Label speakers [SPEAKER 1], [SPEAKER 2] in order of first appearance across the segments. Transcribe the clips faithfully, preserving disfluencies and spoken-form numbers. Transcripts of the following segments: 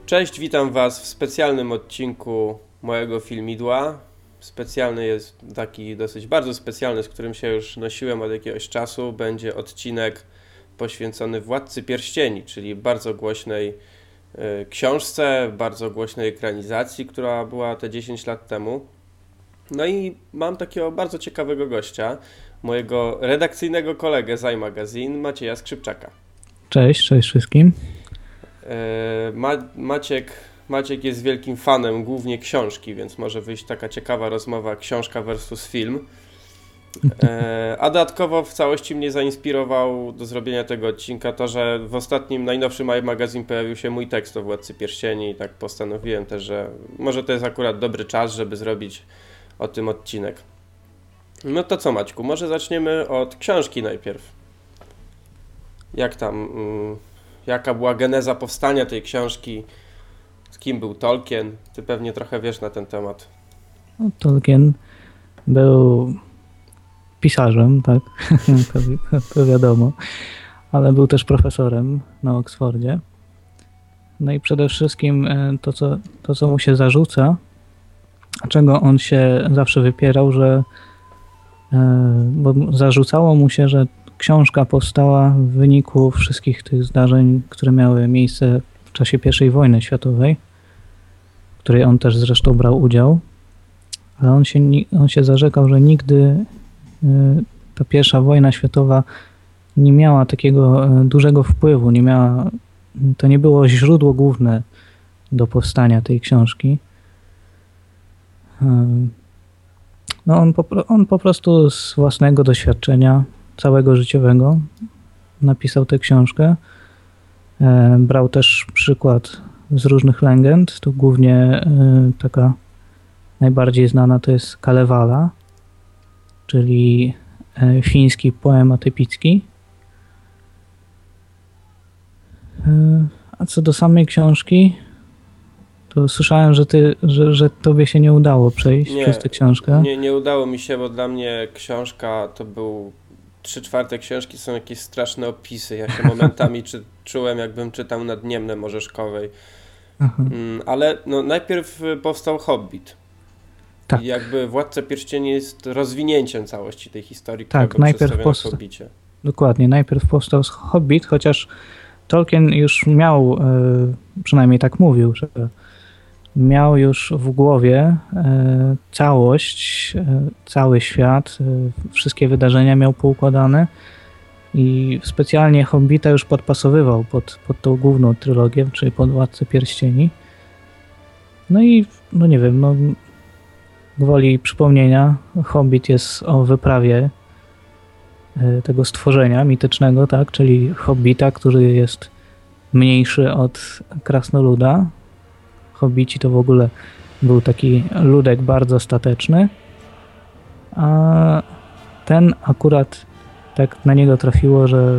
[SPEAKER 1] Cześć, witam Was w specjalnym odcinku mojego filmidła. Specjalny jest taki dosyć bardzo specjalny, z którym się już nosiłem od jakiegoś czasu. Będzie odcinek poświęcony Władcy Pierścieni, czyli bardzo głośnej y, książce, bardzo głośnej ekranizacji, która była te dziesięć lat temu. No i mam takiego bardzo ciekawego gościa, mojego redakcyjnego kolegę z iMagazine, Macieja Skrzypczaka.
[SPEAKER 2] Cześć, cześć wszystkim.
[SPEAKER 1] Ma, Maciek, Maciek jest wielkim fanem głównie książki, więc może wyjść taka ciekawa rozmowa książka versus film. A dodatkowo w całości mnie zainspirował do zrobienia tego odcinka to, że w ostatnim, najnowszym iMagazine pojawił się mój tekst o Władcy Pierścieni i tak postanowiłem też, że może to jest akurat dobry czas, żeby zrobić o tym odcinek. No to co, Maćku, może zaczniemy od książki najpierw. Jak tam... Jaka była geneza powstania tej książki? Z kim był Tolkien? Ty pewnie trochę wiesz na ten temat.
[SPEAKER 2] No, Tolkien był pisarzem, tak, to, to wiadomo, ale był też profesorem na Oksfordzie. No i przede wszystkim to, co, to, co mu się zarzuca, czego on się zawsze wypierał, że bo zarzucało mu się, że książka powstała w wyniku wszystkich tych zdarzeń, które miały miejsce w czasie pierwszej wojny światowej, w której on też zresztą brał udział, ale on się, on się zarzekał, że nigdy ta pierwsza wojna światowa nie miała takiego dużego wpływu, nie miała, to nie było źródło główne do powstania tej książki. No on po, on po prostu z własnego doświadczenia całego życiowego napisał tę książkę. E, brał też przykład z różnych legend. Tu głównie e, taka najbardziej znana to jest Kalevala, czyli e, fiński poemat epicki. E, a co do samej książki, to słyszałem, że, ty, że, że tobie się nie udało przejść
[SPEAKER 1] nie,
[SPEAKER 2] przez tę książkę.
[SPEAKER 1] Nie, nie udało mi się, bo dla mnie książka to był trzy czwarte książki są jakieś straszne opisy. Ja się momentami czy, czułem, jakbym czytał Nadniemne Morzeszkowej. Mm, ale no, najpierw powstał Hobbit.
[SPEAKER 2] Tak.
[SPEAKER 1] I jakby Władca Pierścieni jest rozwinięciem całości tej historii,
[SPEAKER 2] tak,
[SPEAKER 1] która była
[SPEAKER 2] najpierw
[SPEAKER 1] przedstawiona
[SPEAKER 2] powsta-
[SPEAKER 1] w Hobbicie.
[SPEAKER 2] Dokładnie. Najpierw powstał Hobbit, chociaż Tolkien już miał, przynajmniej tak mówił, że miał już w głowie e, całość, e, cały świat, e, wszystkie wydarzenia miał poukładane i specjalnie Hobbita już podpasowywał pod, pod tą główną trylogię, czyli pod Władcę Pierścieni. No i, no nie wiem, no gwoli przypomnienia, Hobbit jest o wyprawie e, tego stworzenia mitycznego, tak, czyli Hobbita, który jest mniejszy od krasnoluda. Hobbici to w ogóle był taki ludek bardzo stateczny, a ten akurat tak na niego trafiło, że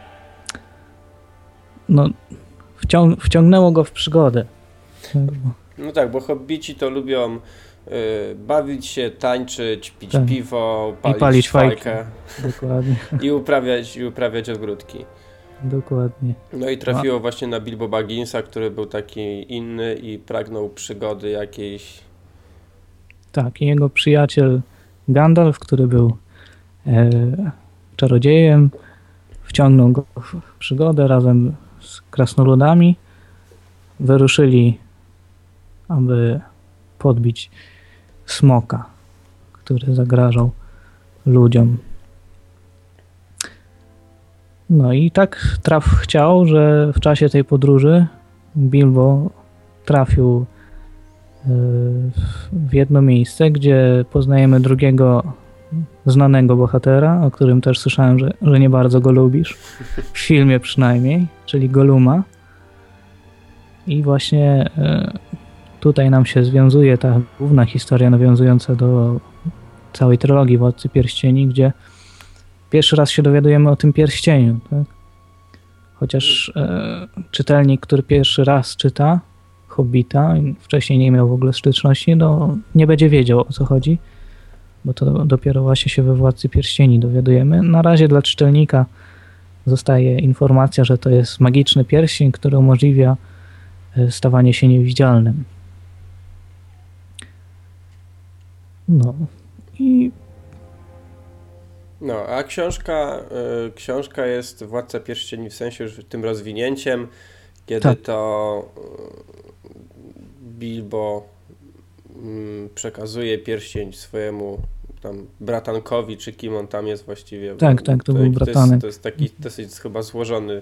[SPEAKER 2] no, wciąg- wciągnęło go w przygodę.
[SPEAKER 1] No tak, bo hobbici to lubią y, bawić się, tańczyć, pić
[SPEAKER 2] tak.
[SPEAKER 1] piwo, palić,
[SPEAKER 2] I palić
[SPEAKER 1] fajkę.
[SPEAKER 2] Dokładnie.
[SPEAKER 1] I uprawiać, i uprawiać ogródki.
[SPEAKER 2] Dokładnie.
[SPEAKER 1] No i trafiło właśnie na Bilbo Bagginsa, który był taki inny i pragnął przygody jakiejś.
[SPEAKER 2] Tak, i jego przyjaciel Gandalf, który był e, czarodziejem, wciągnął go w przygodę razem z krasnoludami. Wyruszyli, aby podbić smoka, który zagrażał ludziom. No i tak traf chciał, że w czasie tej podróży Bilbo trafił w jedno miejsce, gdzie poznajemy drugiego znanego bohatera, o którym też słyszałem, że, że nie bardzo go lubisz, w filmie przynajmniej, czyli Golluma. I właśnie tutaj nam się związuje ta główna historia nawiązująca do całej trylogii Władcy Pierścieni, gdzie pierwszy raz się dowiadujemy o tym pierścieniu, tak? Chociaż e, czytelnik, który pierwszy raz czyta Hobbita, wcześniej nie miał w ogóle styczności, no nie będzie wiedział, o co chodzi, bo to dopiero właśnie się we Władcy Pierścieni dowiadujemy. Na razie dla czytelnika zostaje informacja, że to jest magiczny pierścień, który umożliwia stawanie się niewidzialnym. No i...
[SPEAKER 1] No, a książka, y, książka jest Władca Pierścieni w sensie już tym rozwinięciem, kiedy tak. to y, Bilbo y, przekazuje pierścień swojemu tam bratankowi, czy kim on tam jest właściwie.
[SPEAKER 2] Tak, tak, to, to był bratanek.
[SPEAKER 1] To jest, to jest taki dosyć chyba złożony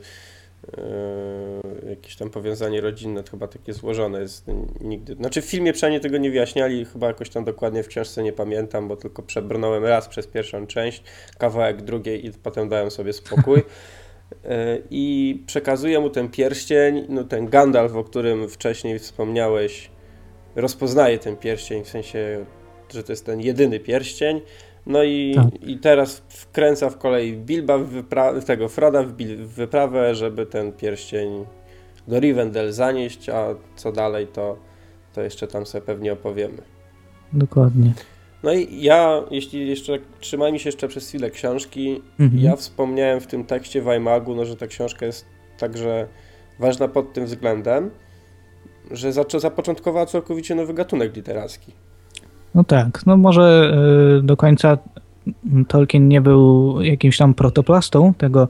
[SPEAKER 1] Yy, jakieś tam powiązanie rodzinne, to chyba takie złożone jest nigdy. Znaczy w filmie przynajmniej tego nie wyjaśniali, chyba jakoś tam dokładnie w książce nie pamiętam, bo tylko przebrnąłem raz przez pierwszą część, kawałek drugiej i potem dałem sobie spokój. Yy, I przekazuje mu ten pierścień, no ten Gandalf, o którym wcześniej wspomniałeś, rozpoznaje ten pierścień, w sensie, że to jest ten jedyny pierścień. No i, tak. i teraz wkręca w kolei Bilba w wypra- tego Froda w, Bil- w wyprawę, żeby ten pierścień do Rivendell zanieść, a co dalej to, to jeszcze tam sobie pewnie opowiemy.
[SPEAKER 2] Dokładnie.
[SPEAKER 1] No i ja, jeśli jeszcze, trzymajmy się jeszcze przez chwilę książki, mhm. ja wspomniałem w tym tekście Weimagu, no, że ta książka jest także ważna pod tym względem, że zaczą- zapoczątkowała całkowicie nowy gatunek literacki.
[SPEAKER 2] No tak, no może y, do końca Tolkien nie był jakimś tam protoplastą tego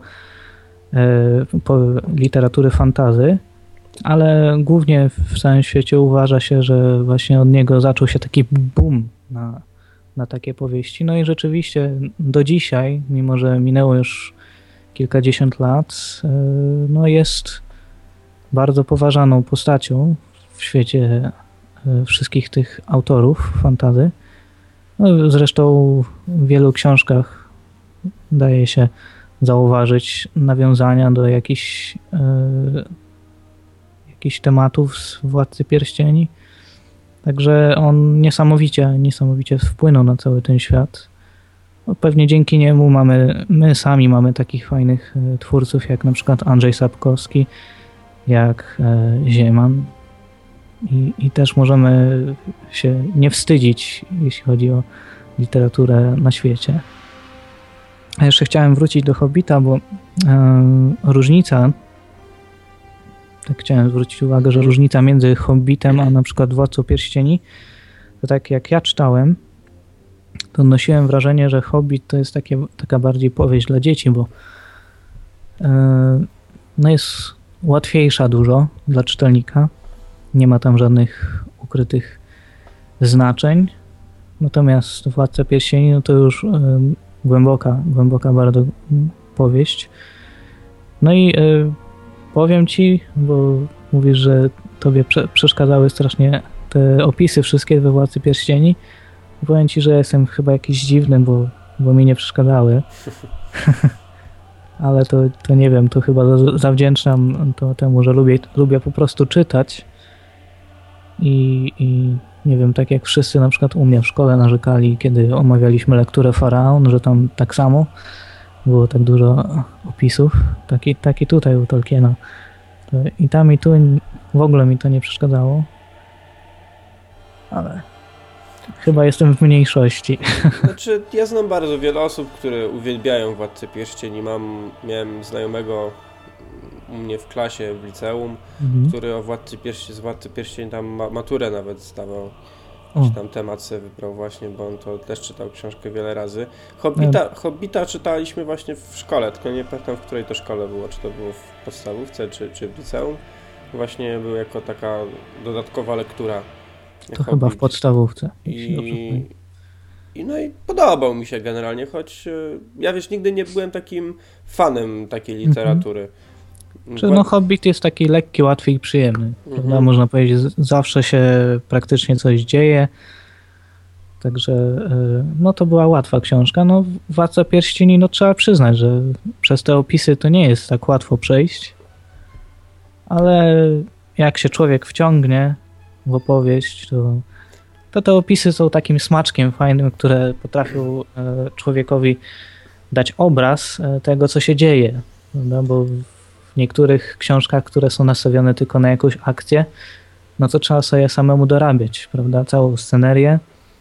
[SPEAKER 2] y, po, literatury fantasy, ale głównie w całym świecie uważa się, że właśnie od niego zaczął się taki boom na, na takie powieści. No i rzeczywiście do dzisiaj, mimo że minęło już kilkadziesiąt lat, y, no jest bardzo poważaną postacią w świecie wszystkich tych autorów fantasy. No, zresztą w wielu książkach daje się zauważyć nawiązania do jakichś, e, jakichś tematów z Władcy Pierścieni. Także on niesamowicie, niesamowicie wpłynął na cały ten świat. No, pewnie dzięki niemu mamy, my sami mamy takich fajnych twórców jak na przykład Andrzej Sapkowski, jak e, Zieman. I, I też możemy się nie wstydzić, jeśli chodzi o literaturę na świecie. A jeszcze chciałem wrócić do Hobbita, bo e, różnica, tak chciałem zwrócić uwagę, że różnica między Hobbitem a na przykład Władcą Pierścieni, to tak jak ja czytałem, to odnosiłem wrażenie, że Hobbit to jest takie, taka bardziej powieść dla dzieci, bo e, no jest łatwiejsza dużo dla czytelnika. Nie ma tam żadnych ukrytych znaczeń. Natomiast Władca Pierścieni no to już y, głęboka, głęboka bardzo powieść. No i y, powiem ci, bo mówisz, że tobie prze- przeszkadzały strasznie te opisy wszystkie we Władcy Pierścieni. Powiem ci, że jestem chyba jakiś dziwny, bo, bo mi nie przeszkadzały. Ale to, to nie wiem, to chyba zawdzięczam to temu, że lubię, lubię po prostu czytać. I, I nie wiem, tak jak wszyscy na przykład u mnie w szkole narzekali, kiedy omawialiśmy lekturę Faraon, że tam tak samo było tak dużo opisów, tak i, tak i tutaj u Tolkiena. I tam i tu w ogóle mi to nie przeszkadzało, ale chyba jestem w mniejszości.
[SPEAKER 1] Znaczy, ja znam bardzo wiele osób, które uwielbiają Władcę Pierścieni. Mam, miałem znajomego u mnie w klasie, w liceum, mhm. który o Władcy Pierścieni, z Władcy Pierścieni tam ma, maturę nawet zdawał. Czy tam temat sobie wybrał właśnie, bo on to też czytał książkę wiele razy. Hobbita, no. Hobbita czytaliśmy właśnie w szkole, tylko nie pamiętam, w której to szkole było, czy to było w podstawówce, czy, czy w liceum. Właśnie był jako taka dodatkowa lektura.
[SPEAKER 2] To Hobbit. Chyba w podstawówce.
[SPEAKER 1] I, I no i podobał mi się generalnie, choć ja wiesz, nigdy nie byłem takim fanem takiej literatury.
[SPEAKER 2] Mhm. No Hobbit jest taki lekki, łatwy i przyjemny. Mhm. Można powiedzieć, zawsze się praktycznie coś dzieje. Także no to była łatwa książka. No Władca Pierścieni, no trzeba przyznać, że przez te opisy to nie jest tak łatwo przejść. Ale jak się człowiek wciągnie w opowieść, to, to te opisy są takim smaczkiem fajnym, które potrafią człowiekowi dać obraz tego, co się dzieje. Prawda? Bo w niektórych książkach, które są nastawione tylko na jakąś akcję, no to trzeba sobie samemu dorabiać, prawda, całą scenerię,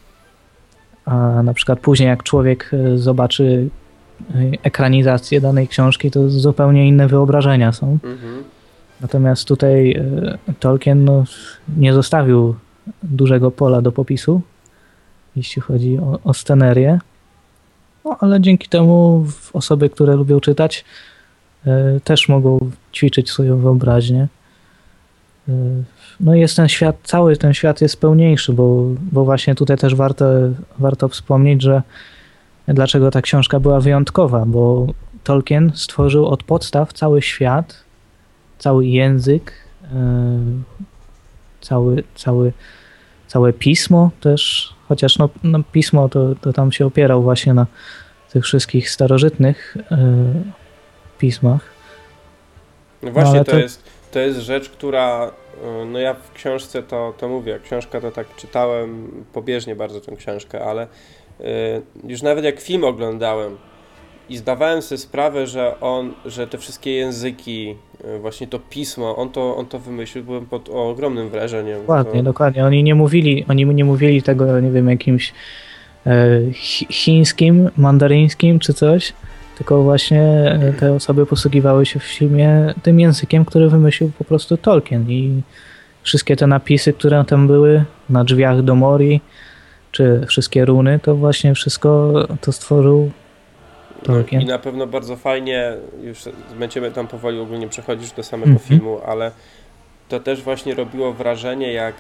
[SPEAKER 2] a na przykład później jak człowiek zobaczy ekranizację danej książki, to zupełnie inne wyobrażenia są. Mhm. Natomiast tutaj e, Tolkien no, nie zostawił dużego pola do popisu, jeśli chodzi o, o scenerię. No, ale dzięki temu osoby, które lubią czytać, e, też mogą ćwiczyć swoją wyobraźnię. E, no jest ten świat, cały ten świat jest pełniejszy, bo, bo właśnie tutaj też warto, warto wspomnieć, że dlaczego ta książka była wyjątkowa, bo Tolkien stworzył od podstaw cały świat, cały język, e, cały, cały, całe pismo też, chociaż no, no pismo to, to tam się opierał właśnie na tych wszystkich starożytnych e, pismach.
[SPEAKER 1] No właśnie,
[SPEAKER 2] no,
[SPEAKER 1] to,
[SPEAKER 2] to...
[SPEAKER 1] Jest, to jest rzecz, która, no ja w książce to, to mówię, książka to tak czytałem pobieżnie bardzo tę książkę, ale y, już nawet jak film oglądałem i zdawałem sobie sprawę, że on, że te wszystkie języki, y, właśnie to pismo, on to, on to wymyślił, byłem pod ogromnym wrażeniem.
[SPEAKER 2] Dokładnie,
[SPEAKER 1] to...
[SPEAKER 2] dokładnie. Oni nie mówili, oni nie mówili tego, nie wiem, jakimś e, chińskim, mandaryńskim czy coś, tylko właśnie te osoby posługiwały się w filmie tym językiem, który wymyślił po prostu Tolkien i wszystkie te napisy, które tam były na drzwiach do Morii, czy wszystkie runy, to właśnie wszystko to stworzył Tolkien.
[SPEAKER 1] No, i na pewno bardzo fajnie, już będziemy tam powoli ogólnie przechodzić do samego
[SPEAKER 2] Mhm.
[SPEAKER 1] filmu, ale to też właśnie robiło wrażenie, jak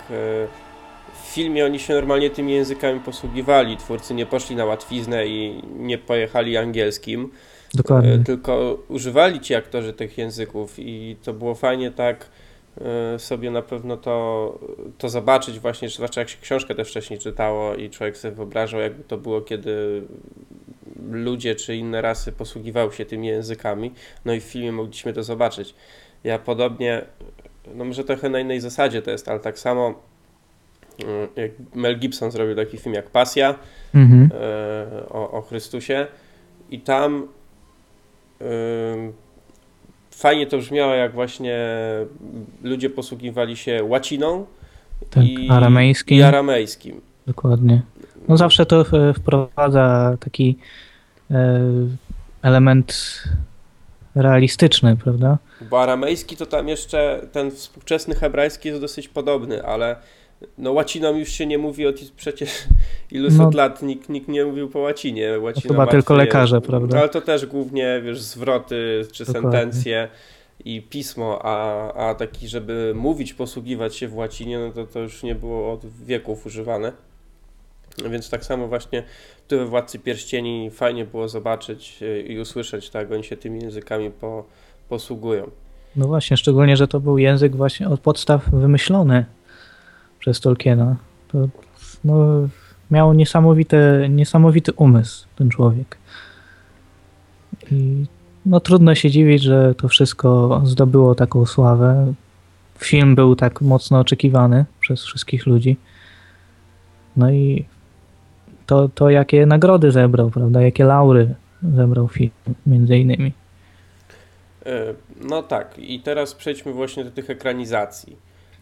[SPEAKER 1] w filmie oni się normalnie tymi językami posługiwali. Twórcy nie poszli na łatwiznę i nie pojechali angielskim.
[SPEAKER 2] Dokładnie.
[SPEAKER 1] Tylko używali ci aktorzy tych języków i to było fajnie tak sobie na pewno to, to zobaczyć właśnie, zwłaszcza jak się książkę też wcześniej czytało i człowiek sobie wyobrażał, jakby to było, kiedy ludzie czy inne rasy posługiwały się tymi językami, no i w filmie mogliśmy to zobaczyć. Ja podobnie, no może trochę na innej zasadzie to jest, ale tak samo jak Mel Gibson zrobił taki film jak Pasja, mhm. o, o Chrystusie i tam yy, fajnie to brzmiało, jak właśnie ludzie posługiwali się łaciną
[SPEAKER 2] tak,
[SPEAKER 1] i,
[SPEAKER 2] aramejskim.
[SPEAKER 1] i aramejskim.
[SPEAKER 2] Dokładnie. No zawsze to wprowadza taki element realistyczny, prawda?
[SPEAKER 1] Bo aramejski to tam jeszcze, ten współczesny hebrajski jest dosyć podobny, ale no łaciną już się nie mówi od przecież iluset no, lat, nikt, nikt nie mówił po łacinie. Łaciną
[SPEAKER 2] chyba tylko lekarze,
[SPEAKER 1] jest,
[SPEAKER 2] prawda?
[SPEAKER 1] Ale to też głównie, wiesz, zwroty czy Dokładnie. sentencje i pismo, a, a taki, żeby mówić, posługiwać się w łacinie, no to to już nie było od wieków używane. Więc tak samo właśnie tu we Władcy Pierścieni fajnie było zobaczyć i usłyszeć, tak, oni się tymi językami po, posługują.
[SPEAKER 2] No właśnie, szczególnie, że to był język właśnie od podstaw wymyślony przez Tolkiena. To, no, miał niesamowity, niesamowity umysł ten człowiek. I no trudno się dziwić, że to wszystko zdobyło taką sławę. Film był tak mocno oczekiwany przez wszystkich ludzi. No i to, to jakie nagrody zebrał, prawda? Jakie laury zebrał film, między innymi.
[SPEAKER 1] No tak, i teraz przejdźmy właśnie do tych ekranizacji.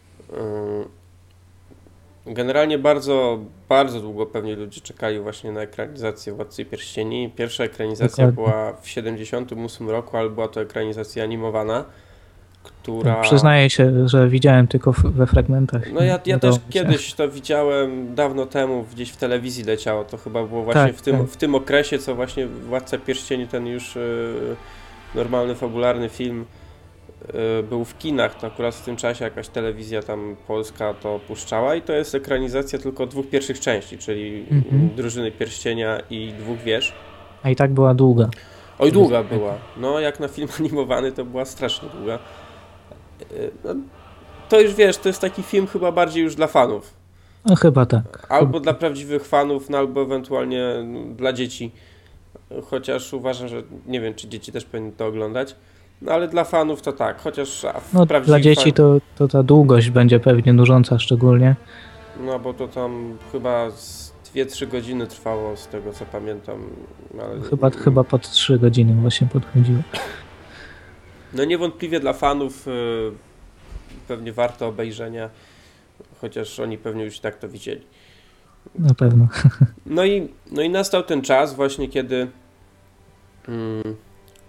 [SPEAKER 1] Generalnie bardzo, bardzo długo pewnie ludzie czekali właśnie na ekranizację Władcy Pierścieni. Pierwsza ekranizacja Dokładnie. była w siedemdziesiątym ósmym roku, ale była to ekranizacja animowana, która...
[SPEAKER 2] No, przyznaję się, że widziałem tylko we fragmentach.
[SPEAKER 1] No ja, ja też kiedyś to widziałem dawno temu, gdzieś w telewizji leciało, to chyba było właśnie tak, w, tym, tak. w tym okresie, co właśnie Władca Pierścieni, ten już yy, normalny, fabularny film yy, był w kinach, to akurat w tym czasie jakaś telewizja tam polska to puszczała i to jest ekranizacja tylko dwóch pierwszych części, czyli mm-hmm. Drużyny Pierścienia i Dwóch Wież.
[SPEAKER 2] A i tak była długa.
[SPEAKER 1] Oj, długa była. No jak na film animowany to była strasznie długa. No, to już wiesz, to jest taki film chyba bardziej już dla fanów.
[SPEAKER 2] No chyba tak.
[SPEAKER 1] Albo chyba. Dla prawdziwych fanów, no albo ewentualnie no, dla dzieci. Chociaż uważam, że nie wiem, czy dzieci też powinny to oglądać. No ale dla fanów to tak, chociaż...
[SPEAKER 2] No dla dzieci fan... to, to ta długość będzie pewnie nużąca szczególnie.
[SPEAKER 1] No bo to tam chyba z dwie trzy godziny trwało, z tego co pamiętam. Ale...
[SPEAKER 2] Chyba, chyba pod trzy godziny właśnie podchodziło.
[SPEAKER 1] No niewątpliwie dla fanów y, pewnie warto obejrzenia, chociaż oni pewnie już tak to widzieli.
[SPEAKER 2] Na pewno.
[SPEAKER 1] No i, no i nastał ten czas właśnie, kiedy mm,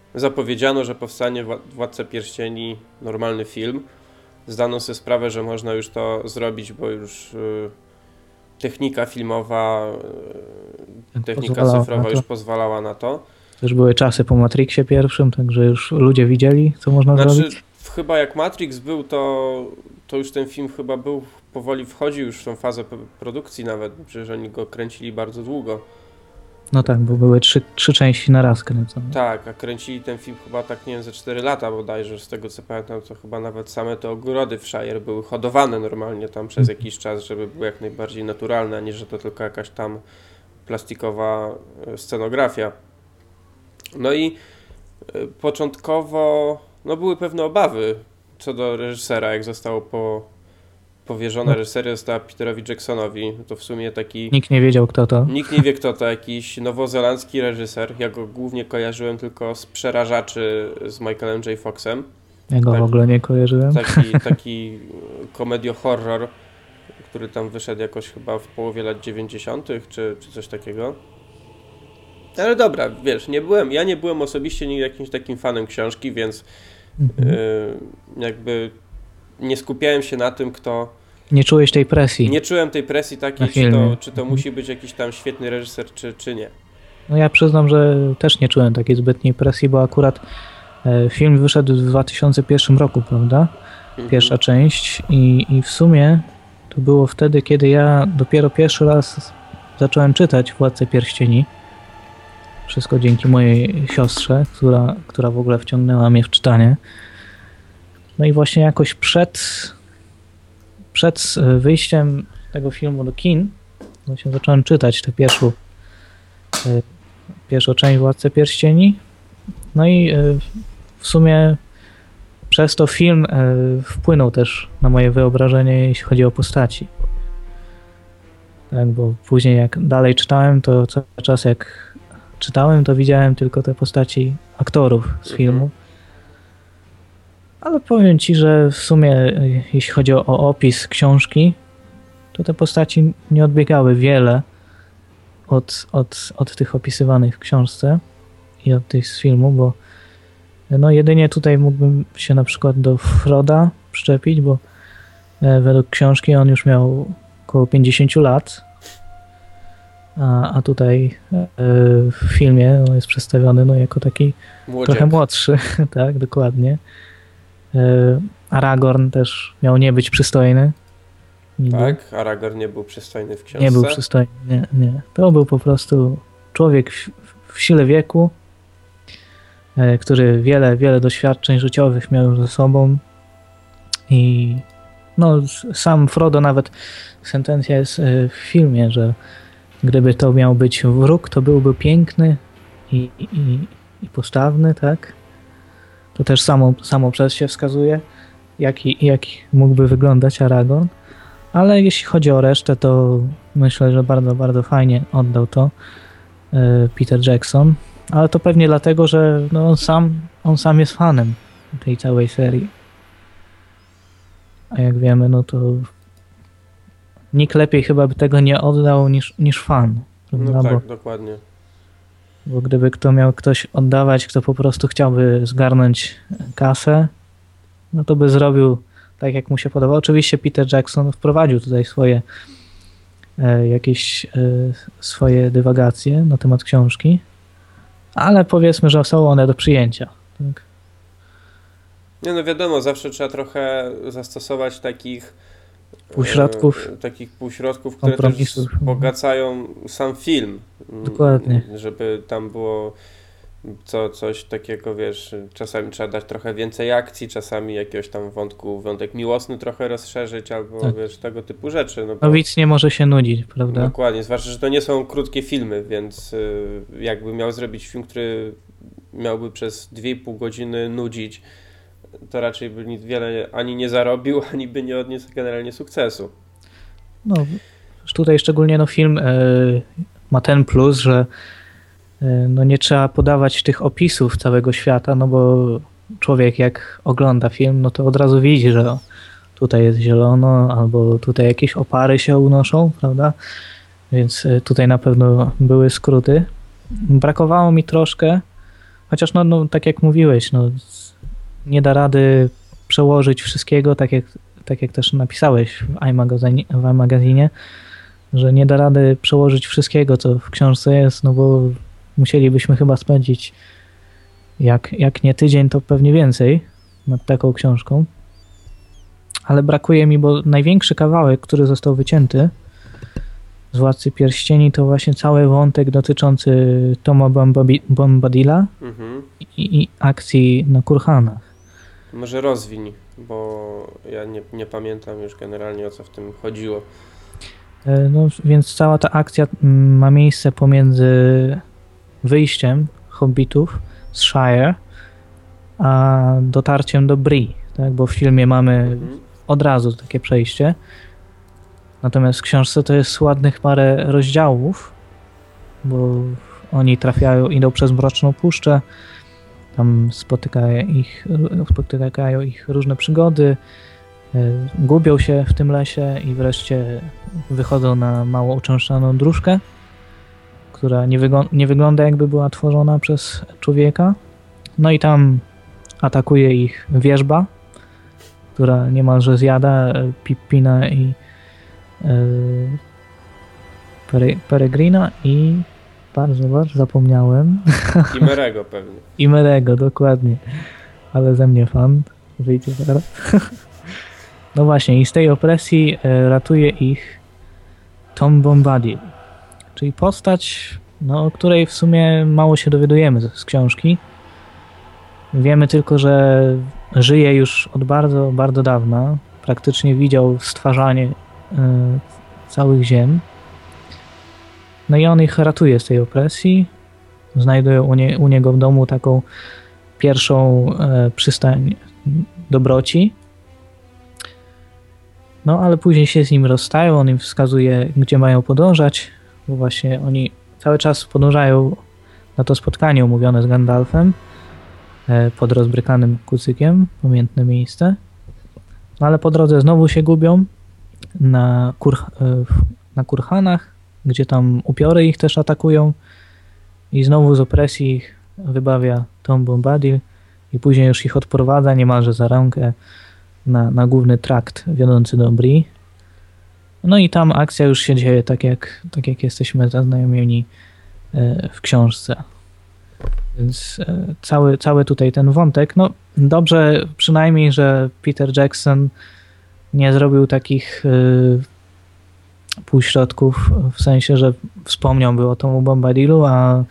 [SPEAKER 1] zapowiedziano, że powstanie Władca Pierścieni, normalny film. Zdano sobie sprawę, że można już to zrobić, bo już y, technika filmowa, y, technika
[SPEAKER 2] pozwalała
[SPEAKER 1] cyfrowa już pozwalała na to.
[SPEAKER 2] Też były czasy po Matrixie pierwszym, także już ludzie widzieli, co można
[SPEAKER 1] znaczy,
[SPEAKER 2] zrobić.
[SPEAKER 1] Chyba jak Matrix był, to, to już ten film chyba był, powoli wchodził już w tą fazę produkcji nawet, przecież oni go kręcili bardzo długo.
[SPEAKER 2] No tak, bo były trzy, trzy części na raz kręcone.
[SPEAKER 1] Tak, a kręcili ten film chyba tak, nie wiem, ze cztery lata bodajże, z tego co pamiętam, to chyba nawet same te ogrody w Shire były hodowane normalnie tam przez jakiś czas, żeby były jak najbardziej naturalne, a nie, że to tylko jakaś tam plastikowa scenografia. No i początkowo, no były pewne obawy co do reżysera, jak zostało po, powierzona reżyseria została Peterowi Jacksonowi, to w sumie taki...
[SPEAKER 2] Nikt nie wiedział, kto to.
[SPEAKER 1] Nikt nie wie, kto to, jakiś nowozelandzki reżyser. Ja go głównie kojarzyłem tylko z Przerażaczy z Michaelem J. Foxem.
[SPEAKER 2] Ja go tak, w ogóle nie kojarzyłem.
[SPEAKER 1] Taki, taki komedio-horror, który tam wyszedł jakoś chyba w połowie lat dziewięćdziesiątych czy, czy coś takiego. Ale dobra, wiesz, nie byłem, ja nie byłem osobiście nigdy jakimś takim fanem książki, więc mhm. y, jakby nie skupiałem się na tym, kto...
[SPEAKER 2] Nie czułeś tej presji?
[SPEAKER 1] Nie czułem tej presji takiej, czy to, czy to musi być jakiś tam świetny reżyser, czy, czy nie.
[SPEAKER 2] No ja przyznam, że też nie czułem takiej zbytniej presji, bo akurat e, film wyszedł w dwa tysiące pierwszym roku, prawda? Pierwsza mhm. część i, i w sumie to było wtedy, kiedy ja dopiero pierwszy raz zacząłem czytać Władcę Pierścieni. Wszystko dzięki mojej siostrze, która, która w ogóle wciągnęła mnie w czytanie. No i właśnie jakoś przed, przed wyjściem tego filmu do kin właśnie zacząłem czytać tę pierwszą, pierwszą część Władcy Pierścieni. No i w sumie przez to film wpłynął też na moje wyobrażenie, jeśli chodzi o postaci. Tak, bo później jak dalej czytałem, to cały czas jak czytałem, to widziałem tylko te postaci aktorów z filmu. Ale powiem ci, że w sumie jeśli chodzi o opis książki, to te postaci nie odbiegały wiele od, od, od tych opisywanych w książce i od tych z filmu, bo no jedynie tutaj mógłbym się na przykład do Froda przyczepić, bo według książki on już miał około pięćdziesiąt lat, a, a tutaj w filmie on jest przedstawiony no, jako taki Młodziek. Trochę młodszy, tak, dokładnie. Aragorn też miał nie być przystojny.
[SPEAKER 1] Nie tak, był. Aragorn nie był przystojny w książce.
[SPEAKER 2] Nie był przystojny, nie, nie. To był po prostu człowiek w, w sile wieku, który wiele, wiele doświadczeń życiowych miał ze sobą i no sam Frodo nawet sentencja jest w filmie, że gdyby to miał być wróg, to byłby piękny i, i, i postawny, tak? To też samo, samo przez się wskazuje, jaki, jaki mógłby wyglądać Aragorn. Ale jeśli chodzi o resztę, to myślę, że bardzo, bardzo fajnie oddał to Peter Jackson. Ale to pewnie dlatego, że no on, sam, on sam jest fanem tej całej serii. A jak wiemy, no to nikt lepiej chyba by tego nie oddał niż, niż fan.
[SPEAKER 1] No tak,
[SPEAKER 2] bo,
[SPEAKER 1] dokładnie.
[SPEAKER 2] Bo gdyby kto miał ktoś oddawać, kto po prostu chciałby zgarnąć kasę, no to by zrobił tak, jak mu się podoba. Oczywiście Peter Jackson wprowadził tutaj swoje e, jakieś e, swoje dywagacje na temat książki, ale powiedzmy, że są one do przyjęcia. Tak?
[SPEAKER 1] Nie no wiadomo, zawsze trzeba trochę zastosować takich
[SPEAKER 2] półśrodków,
[SPEAKER 1] e, takich półśrodków, które też wzbogacają sam film.
[SPEAKER 2] Dokładnie.
[SPEAKER 1] Żeby tam było co, coś takiego, wiesz, czasami trzeba dać trochę więcej akcji, czasami jakiegoś tam wątku, wątek miłosny trochę rozszerzyć, albo tak. wiesz, tego typu rzeczy. No, bo...
[SPEAKER 2] no widz nie może się nudzić, prawda?
[SPEAKER 1] Dokładnie, zwłaszcza, że to nie są krótkie filmy, więc y, jakby miał zrobić film, który miałby przez dwie i pół godziny nudzić, to raczej by nic wiele ani nie zarobił, ani by nie odniósł generalnie sukcesu.
[SPEAKER 2] No, tutaj szczególnie no film y, ma ten plus, że y, no nie trzeba podawać tych opisów całego świata, no bo człowiek jak ogląda film, no to od razu widzi, że tutaj jest zielono, albo tutaj jakieś opary się unoszą, prawda? Więc y, tutaj na pewno były skróty. Brakowało mi troszkę chociaż no, no tak jak mówiłeś, no nie da rady przełożyć wszystkiego, tak jak, tak jak też napisałeś w iMagazinie, w iMagazinie, że nie da rady przełożyć wszystkiego, co w książce jest, no bo musielibyśmy chyba spędzić jak, jak nie tydzień, to pewnie więcej nad taką książką. Ale brakuje mi, bo największy kawałek, który został wycięty z Władcy Pierścieni, to właśnie cały wątek dotyczący Toma Bombabi- Bombadila mhm. i, i akcji na Kurhanach.
[SPEAKER 1] Może rozwiń, bo ja nie, nie pamiętam już generalnie, o co w tym chodziło.
[SPEAKER 2] No więc cała ta akcja ma miejsce pomiędzy wyjściem hobbitów z Shire a dotarciem do Bree, tak? Bo w filmie mamy mhm. od razu takie przejście. Natomiast w książce to jest ładnych parę rozdziałów, bo oni trafiają, idą przez Mroczną Puszczę, tam spotykają ich, spotykają ich różne przygody, gubią się w tym lesie i wreszcie wychodzą na mało uczęszczaną dróżkę, która nie, wygo- nie wygląda jakby była tworzona przez człowieka. No i tam atakuje ich wierzba, która niemalże zjada Pippina i Pere- Peregrina i bardzo, bardzo zapomniałem.
[SPEAKER 1] I Merego pewnie.
[SPEAKER 2] I Merego, dokładnie. Ale ze mnie fan. Wyjdzie zaraz. No właśnie, i z tej opresji ratuje ich Tom Bombadil, czyli postać, no, o której w sumie mało się dowiadujemy z, z książki. Wiemy tylko, że żyje już od bardzo, bardzo dawna. Praktycznie widział stwarzanie y, całych ziem. No i on ich ratuje z tej opresji. Znajdują u, nie, u niego w domu taką pierwszą y, przystań dobroci. No, ale później się z nim rozstają, on im wskazuje, gdzie mają podążać, bo właśnie oni cały czas podążają na to spotkanie umówione z Gandalfem pod rozbrykanym kucykiem, pamiętne miejsce. No, ale po drodze znowu się gubią na, kur, na Kurhanach, gdzie tam upiory ich też atakują i znowu z opresji ich wybawia Tom Bombadil i później już ich odprowadza niemalże za rękę Na, na główny trakt wiodący do Bree. No i tam akcja już się dzieje tak jak, tak jak jesteśmy zaznajomieni w książce. Więc cały, cały tutaj ten wątek, no dobrze przynajmniej, że Peter Jackson nie zrobił takich y, półśrodków, w sensie, że wspomniałby o Tomu Bombadilu, a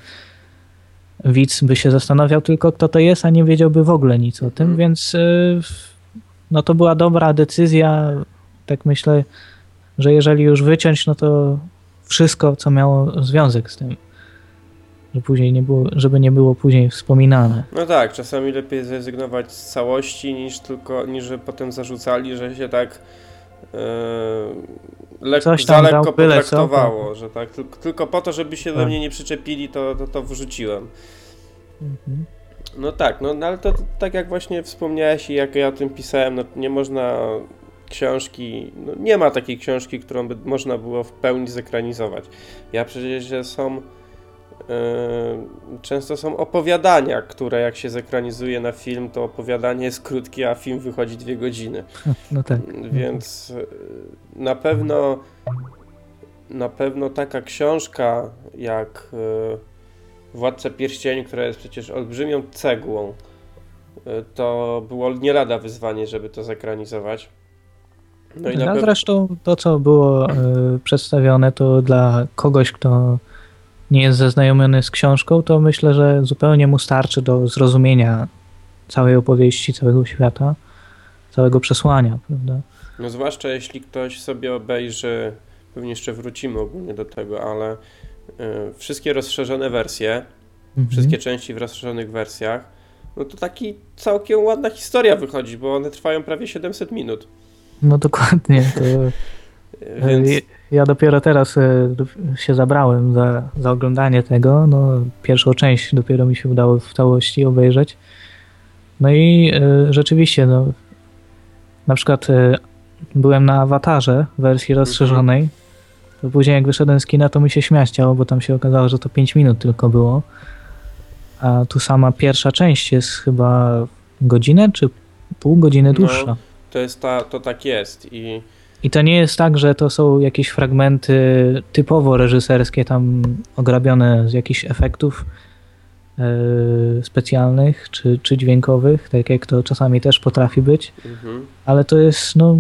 [SPEAKER 2] widz by się zastanawiał tylko, kto to jest, a nie wiedziałby w ogóle nic o tym, więc y, no to była dobra decyzja, tak myślę, że jeżeli już wyciąć, no to wszystko, co miało związek z tym, że później nie było, żeby nie było później wspominane.
[SPEAKER 1] No tak, czasami lepiej zrezygnować z całości, niż tylko, niż że potem zarzucali, że się tak yy, lek-
[SPEAKER 2] Coś
[SPEAKER 1] za
[SPEAKER 2] tam
[SPEAKER 1] lekko
[SPEAKER 2] dał byle
[SPEAKER 1] potraktowało,
[SPEAKER 2] co.
[SPEAKER 1] że tak, tylko, tylko po to, żeby się tak. do mnie nie przyczepili, to, to, to wrzuciłem. Mhm. No tak, no, no ale to, to tak jak właśnie wspomniałeś i jak ja o tym pisałem, no nie można książki, no nie ma takiej książki, którą by można było w pełni zekranizować. Ja przecież, że są yy, często są opowiadania, które jak się zekranizuje na film, to opowiadanie jest krótkie, a film wychodzi dwie godziny.
[SPEAKER 2] No tak.
[SPEAKER 1] Więc yy, na pewno na pewno taka książka jak yy, Władca Pierścieni, która jest przecież olbrzymią cegłą, to było nie lada wyzwanie, żeby to zekranizować.
[SPEAKER 2] No i na pewno... Zresztą to, co było y, przedstawione, to dla kogoś, kto nie jest zaznajomiony z książką, to myślę, że zupełnie mu starczy do zrozumienia całej opowieści, całego świata, całego przesłania, prawda?
[SPEAKER 1] No zwłaszcza jeśli ktoś sobie obejrzy, pewnie jeszcze wrócimy ogólnie do tego, ale wszystkie rozszerzone wersje, mhm. wszystkie części w rozszerzonych wersjach, no to taki całkiem ładna historia wychodzi, bo one trwają prawie siedemset minut.
[SPEAKER 2] No dokładnie. To Więc... Ja dopiero teraz się zabrałem za, za oglądanie tego. No, pierwszą część dopiero mi się udało w całości obejrzeć. No i y, rzeczywiście, no, na przykład y, byłem na Awatarze w wersji rozszerzonej. Mhm. To później jak wyszedłem z kina, to mi się śmiać chciało, bo tam się okazało, że to pięć minut tylko było. A tu sama pierwsza część jest chyba godzinę czy pół godziny dłuższa.
[SPEAKER 1] No, to jest ta, to tak jest i
[SPEAKER 2] I to nie jest tak, że to są jakieś fragmenty typowo reżyserskie, tam ograbione z jakichś efektów yy, specjalnych czy, czy dźwiękowych, tak jak to czasami też potrafi być,
[SPEAKER 1] mhm.
[SPEAKER 2] ale to jest no,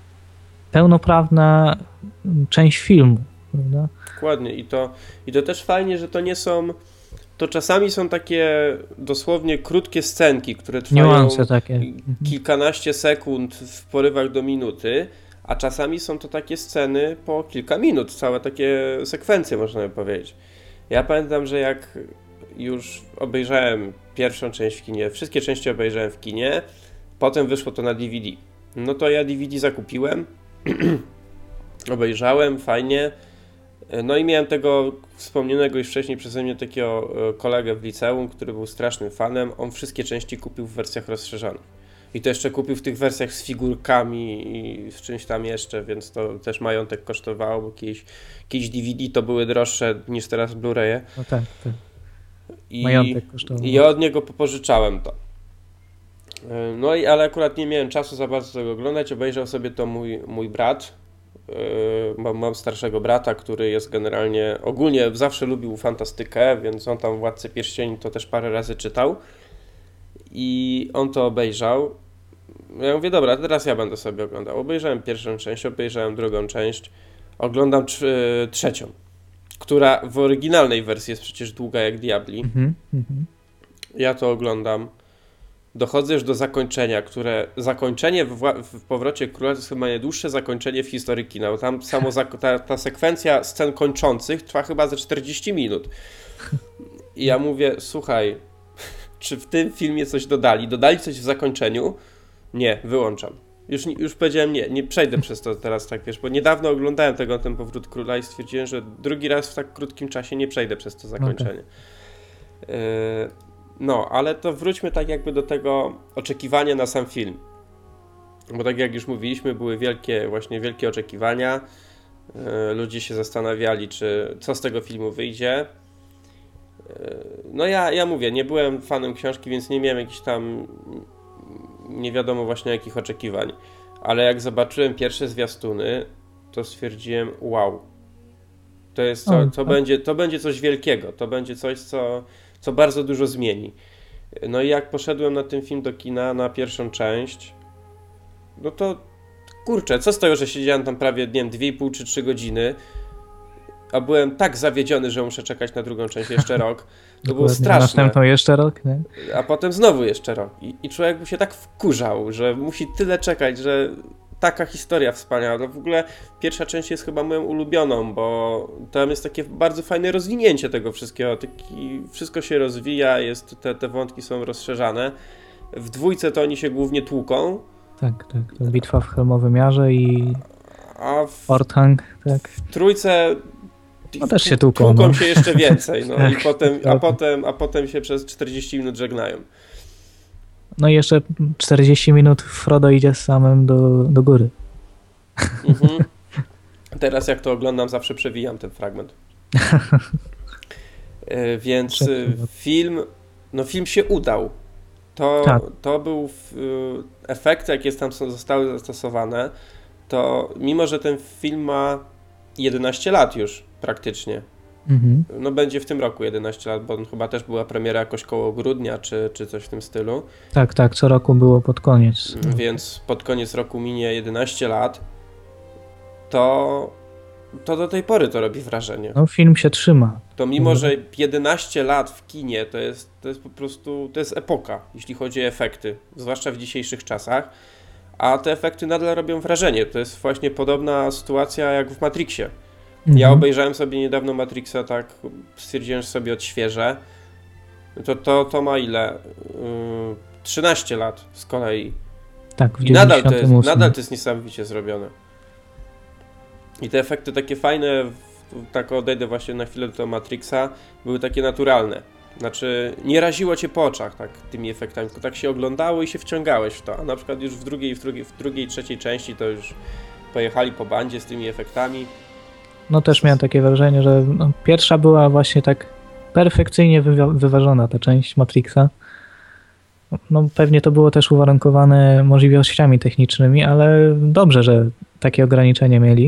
[SPEAKER 2] pełnoprawna część filmu. Prawda?
[SPEAKER 1] Dokładnie i to, i to też fajnie, że to nie są, to czasami są takie dosłownie krótkie scenki, które trwają
[SPEAKER 2] niuanse takie.
[SPEAKER 1] kilkanaście sekund w porywach do minuty, a czasami są to takie sceny po kilka minut, całe takie sekwencje można by powiedzieć. Ja pamiętam, że jak już obejrzałem pierwszą część w kinie, wszystkie części obejrzałem w kinie, potem wyszło to na D V D. No to ja D V D zakupiłem, obejrzałem, fajnie. No i miałem tego wspomnianego już wcześniej przeze mnie takiego kolegę w liceum, który był strasznym fanem. On wszystkie części kupił w wersjach rozszerzonych. I to jeszcze kupił w tych wersjach z figurkami i z czymś tam jeszcze, więc to też majątek kosztowało, bo kiedyś, kiedyś D V D to były droższe niż teraz Blu-raye.
[SPEAKER 2] No tak, tak.
[SPEAKER 1] I,
[SPEAKER 2] majątek kosztował.
[SPEAKER 1] I ja od niego popożyczałem to. No i ale akurat nie miałem czasu za bardzo tego oglądać. Obejrzał sobie to mój, mój brat. Mam, mam starszego brata, który jest generalnie, ogólnie zawsze lubił fantastykę, więc on tam Władcę Pierścieni to też parę razy czytał. I on to obejrzał. Ja mówię, dobra, teraz ja będę sobie oglądał. Obejrzałem pierwszą część, obejrzałem drugą część, oglądam tr- trzecią, która w oryginalnej wersji jest przecież długa jak diabli. Mm-hmm. Ja to oglądam. Dochodzę już do zakończenia, które zakończenie w, Wła- w Powrocie Króla to jest chyba najdłuższe zakończenie w historii kina, bo tam samo zak- ta, ta sekwencja scen kończących trwa chyba ze czterdzieści minut. I ja mówię, słuchaj, czy w tym filmie coś dodali? Dodali coś w zakończeniu? Nie, wyłączam. Już, już powiedziałem nie, nie przejdę przez to teraz, tak wiesz, bo niedawno oglądałem tego Ten Powrót Króla i stwierdziłem, że drugi raz w tak krótkim czasie nie przejdę przez to zakończenie. Okay. Yy, no, ale to wróćmy tak jakby do tego oczekiwania na sam film. Bo tak jak już mówiliśmy, były wielkie, właśnie wielkie oczekiwania. Yy, ludzie się zastanawiali, czy co z tego filmu wyjdzie. No ja, ja mówię, nie byłem fanem książki, więc nie miałem jakichś tam nie wiadomo właśnie jakich oczekiwań. Ale jak zobaczyłem pierwsze zwiastuny, to stwierdziłem, wow, to jest co, to, będzie, to będzie coś wielkiego, to będzie coś, co, co bardzo dużo zmieni. No i jak poszedłem na ten film do kina, na pierwszą część, no to kurczę, co z tego, że siedziałem tam prawie, nie wiem, dwie i pół czy trzy godziny, a byłem tak zawiedziony, że muszę czekać na drugą część jeszcze rok. To było straszne.
[SPEAKER 2] Następną jeszcze rok, nie?
[SPEAKER 1] A potem znowu jeszcze rok. I, i człowiek by się tak wkurzał, że musi tyle czekać, że taka historia wspaniała. No w ogóle pierwsza część jest chyba moją ulubioną, bo tam jest takie bardzo fajne rozwinięcie tego wszystkiego. Taki, wszystko się rozwija, jest, te, te wątki są rozszerzane. W dwójce to oni się głównie tłuką.
[SPEAKER 2] Tak, tak. To bitwa w Helmowym Jarze i
[SPEAKER 1] a w,
[SPEAKER 2] Orthanc, tak.
[SPEAKER 1] W trójce
[SPEAKER 2] no też się tłuką,
[SPEAKER 1] tłuką
[SPEAKER 2] no.
[SPEAKER 1] się jeszcze więcej, no i potem, a, potem, a potem się przez czterdzieści minut żegnają.
[SPEAKER 2] No i jeszcze czterdzieści minut Frodo idzie z samym do, do góry.
[SPEAKER 1] Mhm. Teraz jak to oglądam, zawsze przewijam ten fragment. e, więc film, no film się udał. To, tak. to był w, efekty, jakie tam są, zostały zastosowane, to mimo, że ten film ma jedenaście lat już praktycznie. Mhm. No będzie w tym roku jedenaście lat, bo chyba też była premiera jakoś koło grudnia, czy, czy coś w tym stylu.
[SPEAKER 2] Tak, tak, co roku było pod koniec.
[SPEAKER 1] Więc pod koniec roku minie jedenaście lat. To, to do tej pory to robi wrażenie.
[SPEAKER 2] No film się trzyma.
[SPEAKER 1] To mimo, mhm. że jedenaście lat w kinie to jest, to jest po prostu, to jest epoka, jeśli chodzi o efekty, zwłaszcza w dzisiejszych czasach. A te efekty nadal robią wrażenie. To jest właśnie podobna sytuacja jak w Matrixie. Mhm. Ja obejrzałem sobie niedawno Matrixa, tak stwierdziłem, że sobie odświeżę. To, to, to ma ile? Yy, trzynaście lat z kolei.
[SPEAKER 2] Tak, w
[SPEAKER 1] I nadal to, jest, nadal to jest niesamowicie zrobione. I te efekty takie fajne, tak odejdę właśnie na chwilę do Matrixa, były takie naturalne. Znaczy, nie raziło cię po oczach tak tymi efektami, tylko tak się oglądało i się wciągałeś w to. A na przykład już w drugiej, w drugiej, w drugiej, trzeciej części to już pojechali po bandzie z tymi efektami.
[SPEAKER 2] No też miałem takie wrażenie, że no, pierwsza była właśnie tak perfekcyjnie wywa- wyważona ta część Matrixa. No pewnie to było też uwarunkowane możliwościami technicznymi, ale dobrze, że takie ograniczenia mieli.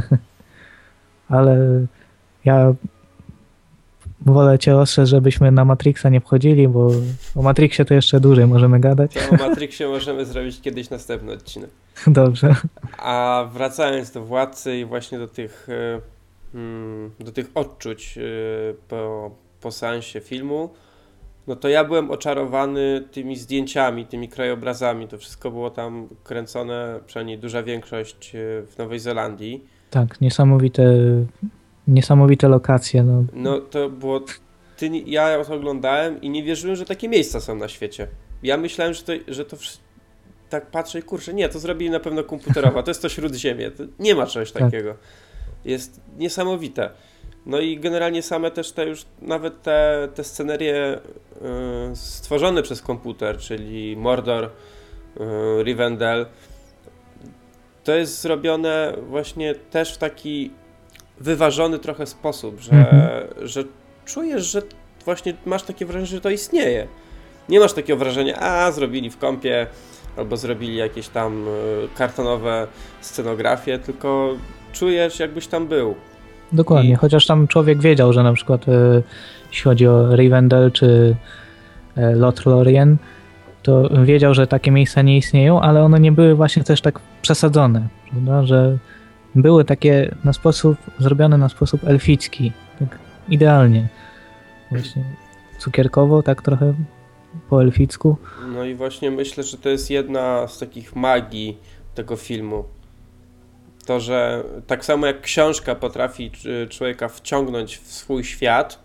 [SPEAKER 2] Ale ja wolę cię ostrzec, żebyśmy na Matrixa nie wchodzili, bo o Matrixie to jeszcze dłużej możemy gadać.
[SPEAKER 1] To o Matrixie możemy zrobić kiedyś następny odcinek.
[SPEAKER 2] Dobrze.
[SPEAKER 1] A wracając do Władcy i właśnie do tych, do tych odczuć po, po seansie filmu, no to ja byłem oczarowany tymi zdjęciami, tymi krajobrazami. To wszystko było tam kręcone, przynajmniej duża większość w Nowej Zelandii.
[SPEAKER 2] Tak, niesamowite, niesamowite lokacje. No,
[SPEAKER 1] no to było... Ty, ja to oglądałem i nie wierzyłem, że takie miejsca są na świecie. Ja myślałem, że to, że to tak patrzę i kurczę, nie, to zrobili na pewno komputerowo, to jest to Śródziemie, to nie ma czegoś takiego. Tak. Jest niesamowite. No i generalnie same też te już, nawet te, te scenerie y, stworzone przez komputer, czyli Mordor, y, Rivendell, to jest zrobione właśnie też w taki wyważony trochę sposób, że, mm-hmm. że czujesz, że właśnie masz takie wrażenie, że to istnieje. Nie masz takiego wrażenia, a zrobili w kompie, albo zrobili jakieś tam kartonowe scenografie, tylko czujesz, jakbyś tam był.
[SPEAKER 2] Dokładnie, I... chociaż tam człowiek wiedział, że na przykład e, jeśli chodzi o Rivendell czy e, Lothlorien, to wiedział, że takie miejsca nie istnieją, ale one nie były właśnie też tak przesadzone, prawda? Że były takie na sposób, zrobione na sposób elficki, tak idealnie. Właśnie cukierkowo, tak trochę po elficku.
[SPEAKER 1] No i właśnie myślę, że to jest jedna z takich magii tego filmu. To, że tak samo jak książka potrafi człowieka wciągnąć w swój świat,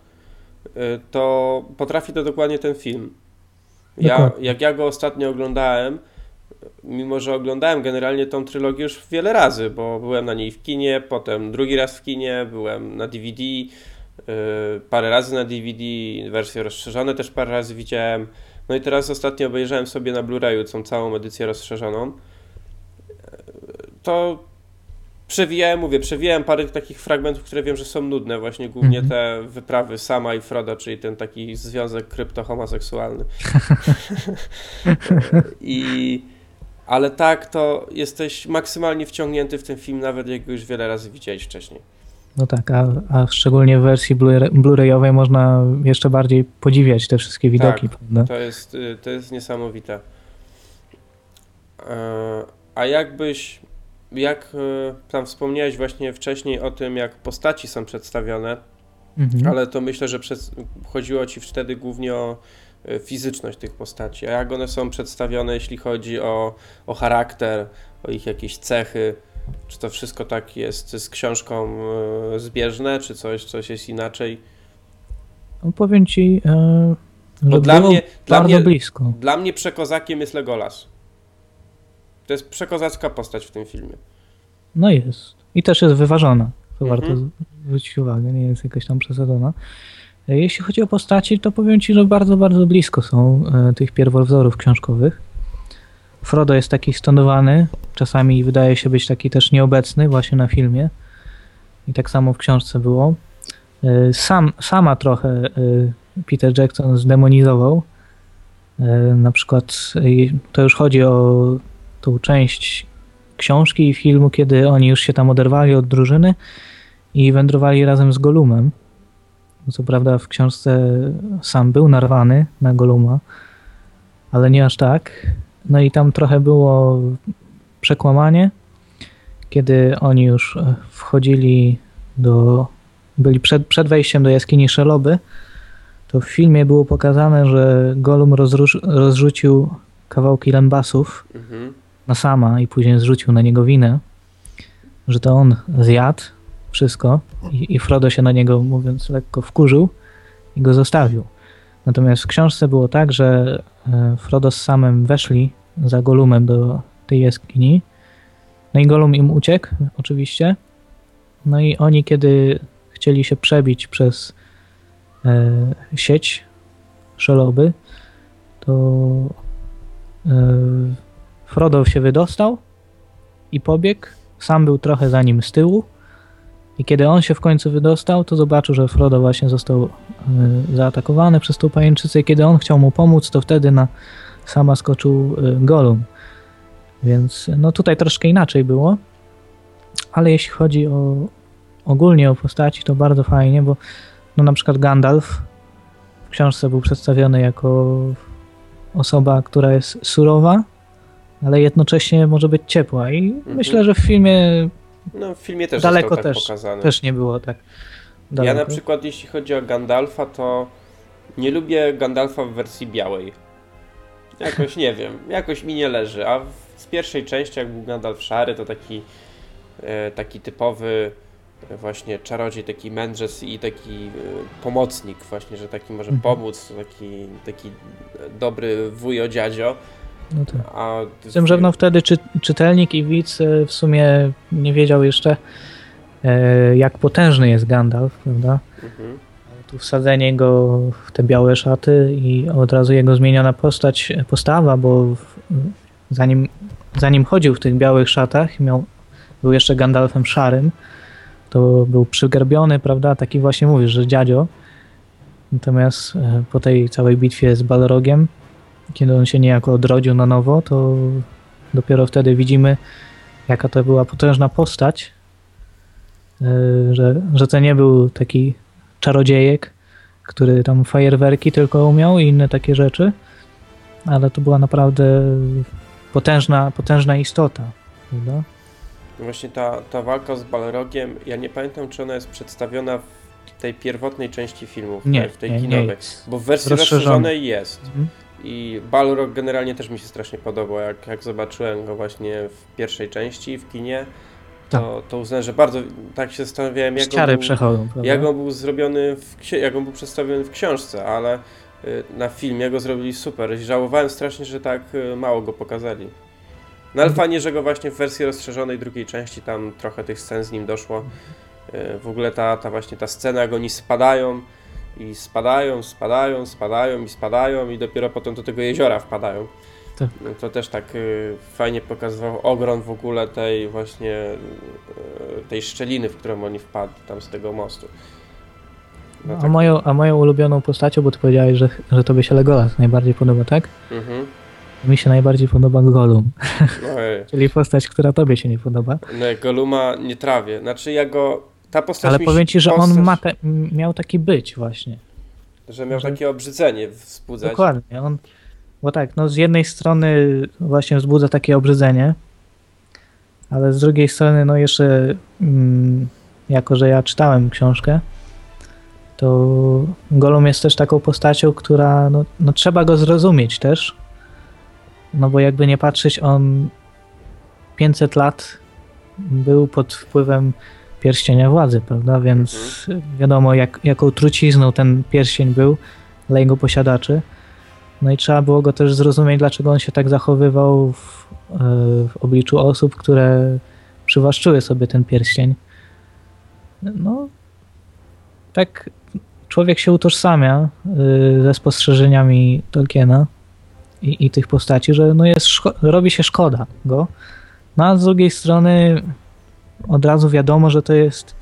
[SPEAKER 1] to potrafi to dokładnie ten film. Ja, jak ja go ostatnio oglądałem, mimo że oglądałem generalnie tą trylogię już wiele razy, bo byłem na niej w kinie, potem drugi raz w kinie, byłem na D V D, yy, parę razy na D V D, wersje rozszerzone też parę razy widziałem. No i teraz ostatnio obejrzałem sobie na Blu-rayu tą całą edycję rozszerzoną. To przewijałem, mówię, przewijałem parę takich fragmentów, które wiem, że są nudne, właśnie głównie mm-hmm. te wyprawy Sama i Frodo, czyli ten taki związek krypto-homoseksualny. I, ale tak, to jesteś maksymalnie wciągnięty w ten film, nawet jak go już wiele razy widziałeś wcześniej.
[SPEAKER 2] No tak, a, a szczególnie w wersji Blu-rayowej można jeszcze bardziej podziwiać te wszystkie widoki.
[SPEAKER 1] Tak,
[SPEAKER 2] prawda?
[SPEAKER 1] To jest, to jest niesamowite. A jakbyś Jak tam wspomniałeś właśnie wcześniej o tym, jak postaci są przedstawione, mhm. ale to myślę, że przez, chodziło ci wtedy głównie o fizyczność tych postaci, a jak one są przedstawione, jeśli chodzi o, o charakter, o ich jakieś cechy, czy to wszystko tak jest z książką zbieżne, czy coś, coś jest inaczej?
[SPEAKER 2] No powiem ci, e, że
[SPEAKER 1] Bo dla mnie, dla
[SPEAKER 2] bardzo
[SPEAKER 1] mnie,
[SPEAKER 2] blisko.
[SPEAKER 1] Dla mnie przekozakiem jest Legolas. To jest przekozacka postać w tym filmie.
[SPEAKER 2] No jest. I też jest wyważona. To
[SPEAKER 1] mhm.
[SPEAKER 2] warto zwrócić uwagę, nie jest jakaś tam przesadzona. Jeśli chodzi o postaci, to powiem ci, że bardzo, bardzo blisko są e, tych pierwowzorów książkowych. Frodo jest taki stonowany, czasami wydaje się być taki też nieobecny właśnie na filmie. I tak samo w książce było. E, sam, sama trochę e, Peter Jackson zdemonizował. E, na przykład e, to już chodzi o tą część książki i filmu, kiedy oni już się tam oderwali od drużyny i wędrowali razem z Gollumem. Co prawda w książce sam był narwany na Golluma, ale nie aż tak. No i tam trochę było przekłamanie, kiedy oni już wchodzili do... byli przed, przed wejściem do jaskini Szeloby, to w filmie było pokazane, że Gollum rozrusz, rozrzucił kawałki lębasów mhm. na Sama i później zrzucił na niego winę, że to on zjadł wszystko i, i Frodo się na niego, mówiąc lekko, wkurzył i go zostawił. Natomiast w książce było tak, że Frodo z Samem weszli za Gollumem do tej jaskini, no i Gollum im uciekł oczywiście, no i oni kiedy chcieli się przebić przez e, sieć Szeloby, to e, Frodo się wydostał i pobiegł, sam był trochę za nim z tyłu I kiedy on się w końcu wydostał, to zobaczył, że Frodo właśnie został y, zaatakowany przez tą pajęczycę i kiedy on chciał mu pomóc, to wtedy na sama skoczył y, Gollum. Więc no tutaj troszkę inaczej było, ale jeśli chodzi o ogólnie o postaci, to bardzo fajnie, bo no na przykład Gandalf w książce był przedstawiony jako osoba, która jest surowa, ale jednocześnie może być ciepła i mhm. myślę, że w filmie
[SPEAKER 1] no w filmie też
[SPEAKER 2] daleko
[SPEAKER 1] tak
[SPEAKER 2] też,
[SPEAKER 1] pokazane.
[SPEAKER 2] Też nie było tak daleko.
[SPEAKER 1] Ja na przykład jeśli chodzi o Gandalfa, to nie lubię Gandalfa w wersji białej. Jakoś nie wiem, jakoś mi nie leży, a z pierwszej części jak był Gandalf szary, to taki e, taki typowy właśnie czarodziej, taki mędrzec i taki e, pomocnik właśnie, że taki może
[SPEAKER 2] mhm.
[SPEAKER 1] pomóc, taki, taki dobry wujo dziadzio.
[SPEAKER 2] No tak.
[SPEAKER 1] A
[SPEAKER 2] z tym, że no wtedy czy, czytelnik i widz w sumie nie wiedział jeszcze e, jak potężny jest Gandalf, prawda? Mhm. Tu wsadzenie go w te białe szaty i od razu jego zmieniona postać, postawa, bo w, zanim, zanim chodził w tych białych szatach, miał, był jeszcze Gandalfem szarym, to był przygarbiony, prawda? Taki właśnie mówisz, że dziadzio. Natomiast e, po tej całej bitwie z Balrogiem, kiedy on się niejako odrodził na nowo, to dopiero wtedy widzimy, jaka to była potężna postać, że, że to nie był taki czarodziejek, który tam fajerwerki tylko umiał i inne takie rzeczy, ale to była naprawdę potężna, potężna istota, prawda?
[SPEAKER 1] Właśnie ta, ta walka z Balrogiem, ja nie pamiętam, czy ona jest przedstawiona w tej pierwotnej części filmów,
[SPEAKER 2] nie,
[SPEAKER 1] w tej
[SPEAKER 2] nie,
[SPEAKER 1] kinowej,
[SPEAKER 2] nie.
[SPEAKER 1] bo w wersji rozszerzonej jest. Mhm. I Balrog generalnie też mi się strasznie podobał, jak, jak zobaczyłem go właśnie w pierwszej części w kinie, to, tak. to uznałem, że bardzo tak się zastanawiałem, jak on, był, jak on był zrobiony, w, jak on był przedstawiony w książce, ale y, na filmie go zrobili super. Żałowałem strasznie, że tak y, mało go pokazali. No ale mhm. fajnie, że go właśnie w wersji rozszerzonej drugiej części tam trochę tych scen z nim doszło. Y, w ogóle ta, ta właśnie ta scena, jak oni spadają, i spadają, spadają, spadają i spadają i dopiero potem do tego jeziora wpadają. Tak. No to też tak y, fajnie pokazywał ogrom w ogóle tej właśnie y, tej szczeliny, w którą oni wpadli tam z tego mostu. No,
[SPEAKER 2] a,
[SPEAKER 1] tak.
[SPEAKER 2] moją, a moją ulubioną postacią, bo ty powiedziałeś, że, że tobie się Legolas najbardziej podoba, tak? Mhm. Mi się najbardziej podoba Gollum. Czyli postać, która tobie się nie podoba.
[SPEAKER 1] No Golluma nie trawię. Znaczy ja go Ta postać
[SPEAKER 2] Ale powiem ci, że
[SPEAKER 1] postać,
[SPEAKER 2] on ma te, miał taki być właśnie.
[SPEAKER 1] Że miał że... takie obrzydzenie wzbudzać.
[SPEAKER 2] Dokładnie. On, bo tak, no z jednej strony właśnie wzbudza takie obrzydzenie, ale z drugiej strony no jeszcze mm, jako, że ja czytałem książkę, to Gollum jest też taką postacią, która no, no trzeba go zrozumieć też, no bo jakby nie patrzeć, on pięćset lat był pod wpływem pierścienia władzy, prawda? Więc mhm. wiadomo, jak, jaką trucizną ten pierścień był dla jego posiadaczy. No i trzeba było go też zrozumieć, dlaczego on się tak zachowywał w, w obliczu osób, które przywłaszczyły sobie ten pierścień. No, tak człowiek się utożsamia ze spostrzeżeniami Tolkiena i, i tych postaci, że no jest szko- robi się szkoda go. No a z drugiej strony od razu wiadomo, że to jest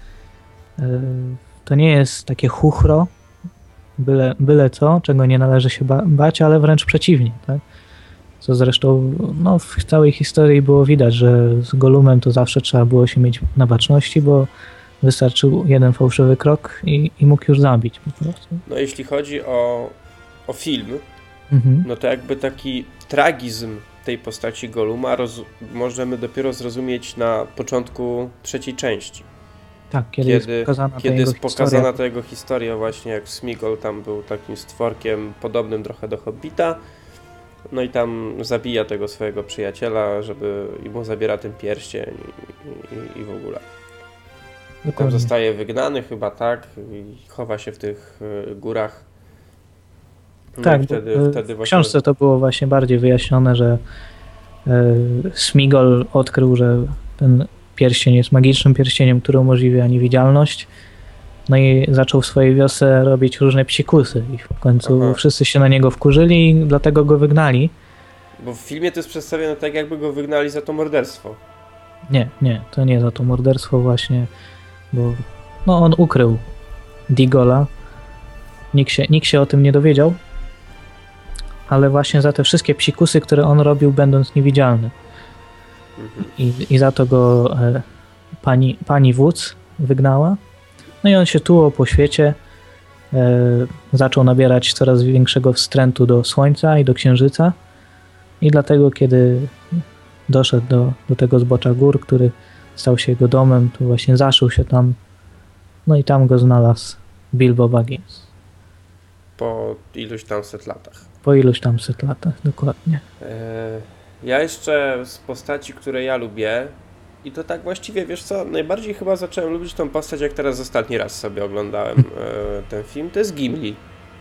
[SPEAKER 2] to nie jest takie chuchro, byle, byle co, czego nie należy się ba- bać, ale wręcz przeciwnie, tak? Co zresztą no, w całej historii było widać, że z Gollumem to zawsze trzeba było się mieć na baczności, bo wystarczył jeden fałszywy krok i, i mógł już zabić po prostu.
[SPEAKER 1] No jeśli chodzi o, o film, mhm. no to jakby taki tragizm tej postaci Golluma roz, możemy dopiero zrozumieć na początku trzeciej części.
[SPEAKER 2] Tak, kiedy, kiedy jest pokazana,
[SPEAKER 1] kiedy
[SPEAKER 2] ta,
[SPEAKER 1] jest
[SPEAKER 2] jego
[SPEAKER 1] pokazana ta jego historia właśnie, jak Smigol tam był takim stworkiem podobnym trochę do Hobbita, no i tam zabija tego swojego przyjaciela, żeby i mu zabiera ten pierścień i, i, i w ogóle. Dokładnie. Tam zostaje wygnany chyba, tak, i chowa się w tych górach.
[SPEAKER 2] No tak, wtedy, w, wtedy w właśnie... książce to było właśnie bardziej wyjaśnione, że y, Smigol odkrył, że ten pierścień jest magicznym pierścieniem, który umożliwia niewidzialność. No i zaczął w swojej wiosce robić różne psikusy i w końcu Aha. wszyscy się na niego wkurzyli i dlatego go wygnali.
[SPEAKER 1] Bo w filmie to jest przedstawione tak, jakby go wygnali za to morderstwo.
[SPEAKER 2] Nie, nie, to nie za to morderstwo właśnie. bo no, on ukrył Deagle'a. Nikt się, nikt się o tym nie dowiedział, ale właśnie za te wszystkie psikusy, które on robił, będąc niewidzialny. I, i za to go e, pani, pani wódz wygnała. No i on się tułał po świecie, e, zaczął nabierać coraz większego wstrętu do Słońca i do Księżyca i dlatego, kiedy doszedł do, do tego zbocza gór, który stał się jego domem, to właśnie zaszył się tam, no i tam go znalazł Bilbo Baggins.
[SPEAKER 1] Po iluś tam set latach.
[SPEAKER 2] Po iluś tam set latach, dokładnie.
[SPEAKER 1] E, ja jeszcze z postaci, które ja lubię, i to tak właściwie, wiesz co, najbardziej chyba zacząłem lubić tą postać, jak teraz ostatni raz sobie oglądałem e, ten film, to jest Gimli.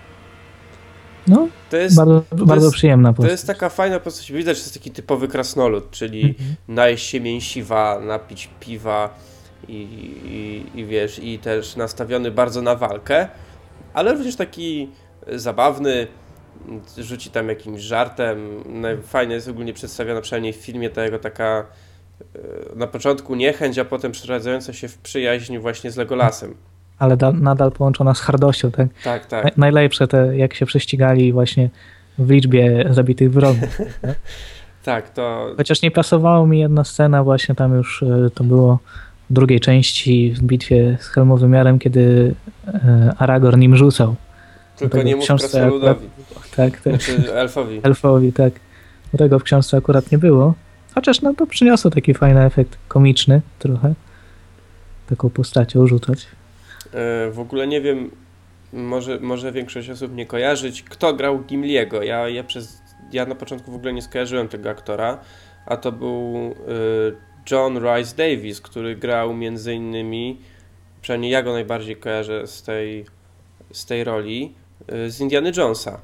[SPEAKER 2] No, to jest, bardzo, to bardzo jest, przyjemna postać.
[SPEAKER 1] To jest taka fajna postać, widać, że to jest taki typowy krasnolud, czyli mhm. najeść się mięsiwa, napić piwa i, i, i wiesz, i też nastawiony bardzo na walkę, ale również taki zabawny, rzuci tam jakimś żartem. Fajnie jest ogólnie przedstawiona, przynajmniej w filmie, ta jego taka na początku niechęć, a potem przeradzająca się w przyjaźń właśnie z Legolasem.
[SPEAKER 2] Ale da, nadal połączona z hardością, tak?
[SPEAKER 1] Tak, tak.
[SPEAKER 2] Na, najlepsze te, jak się prześcigali właśnie w liczbie zabitych wrogów. Tak?
[SPEAKER 1] Tak, to...
[SPEAKER 2] Chociaż nie pasowało mi jedna scena, właśnie tam już to było w drugiej części w bitwie z Helmowym Jarem, kiedy Aragorn nim rzucał.
[SPEAKER 1] Tylko nie mów krasnoludowi.
[SPEAKER 2] Tak, tak.
[SPEAKER 1] Znaczy elfowi.
[SPEAKER 2] Elfowi, tak. Bo tego w książce akurat nie było. Chociaż no to przyniosło taki fajny efekt komiczny trochę. Taką postacią rzucać.
[SPEAKER 1] W ogóle nie wiem, może, może większość osób nie kojarzyć, kto grał Gimliego. Ja, ja, przez, ja na początku w ogóle nie skojarzyłem tego aktora, a to był John Rhys Davies, który grał między innymi, przynajmniej ja go najbardziej kojarzę z tej, z tej roli, z Indiana Jonesa.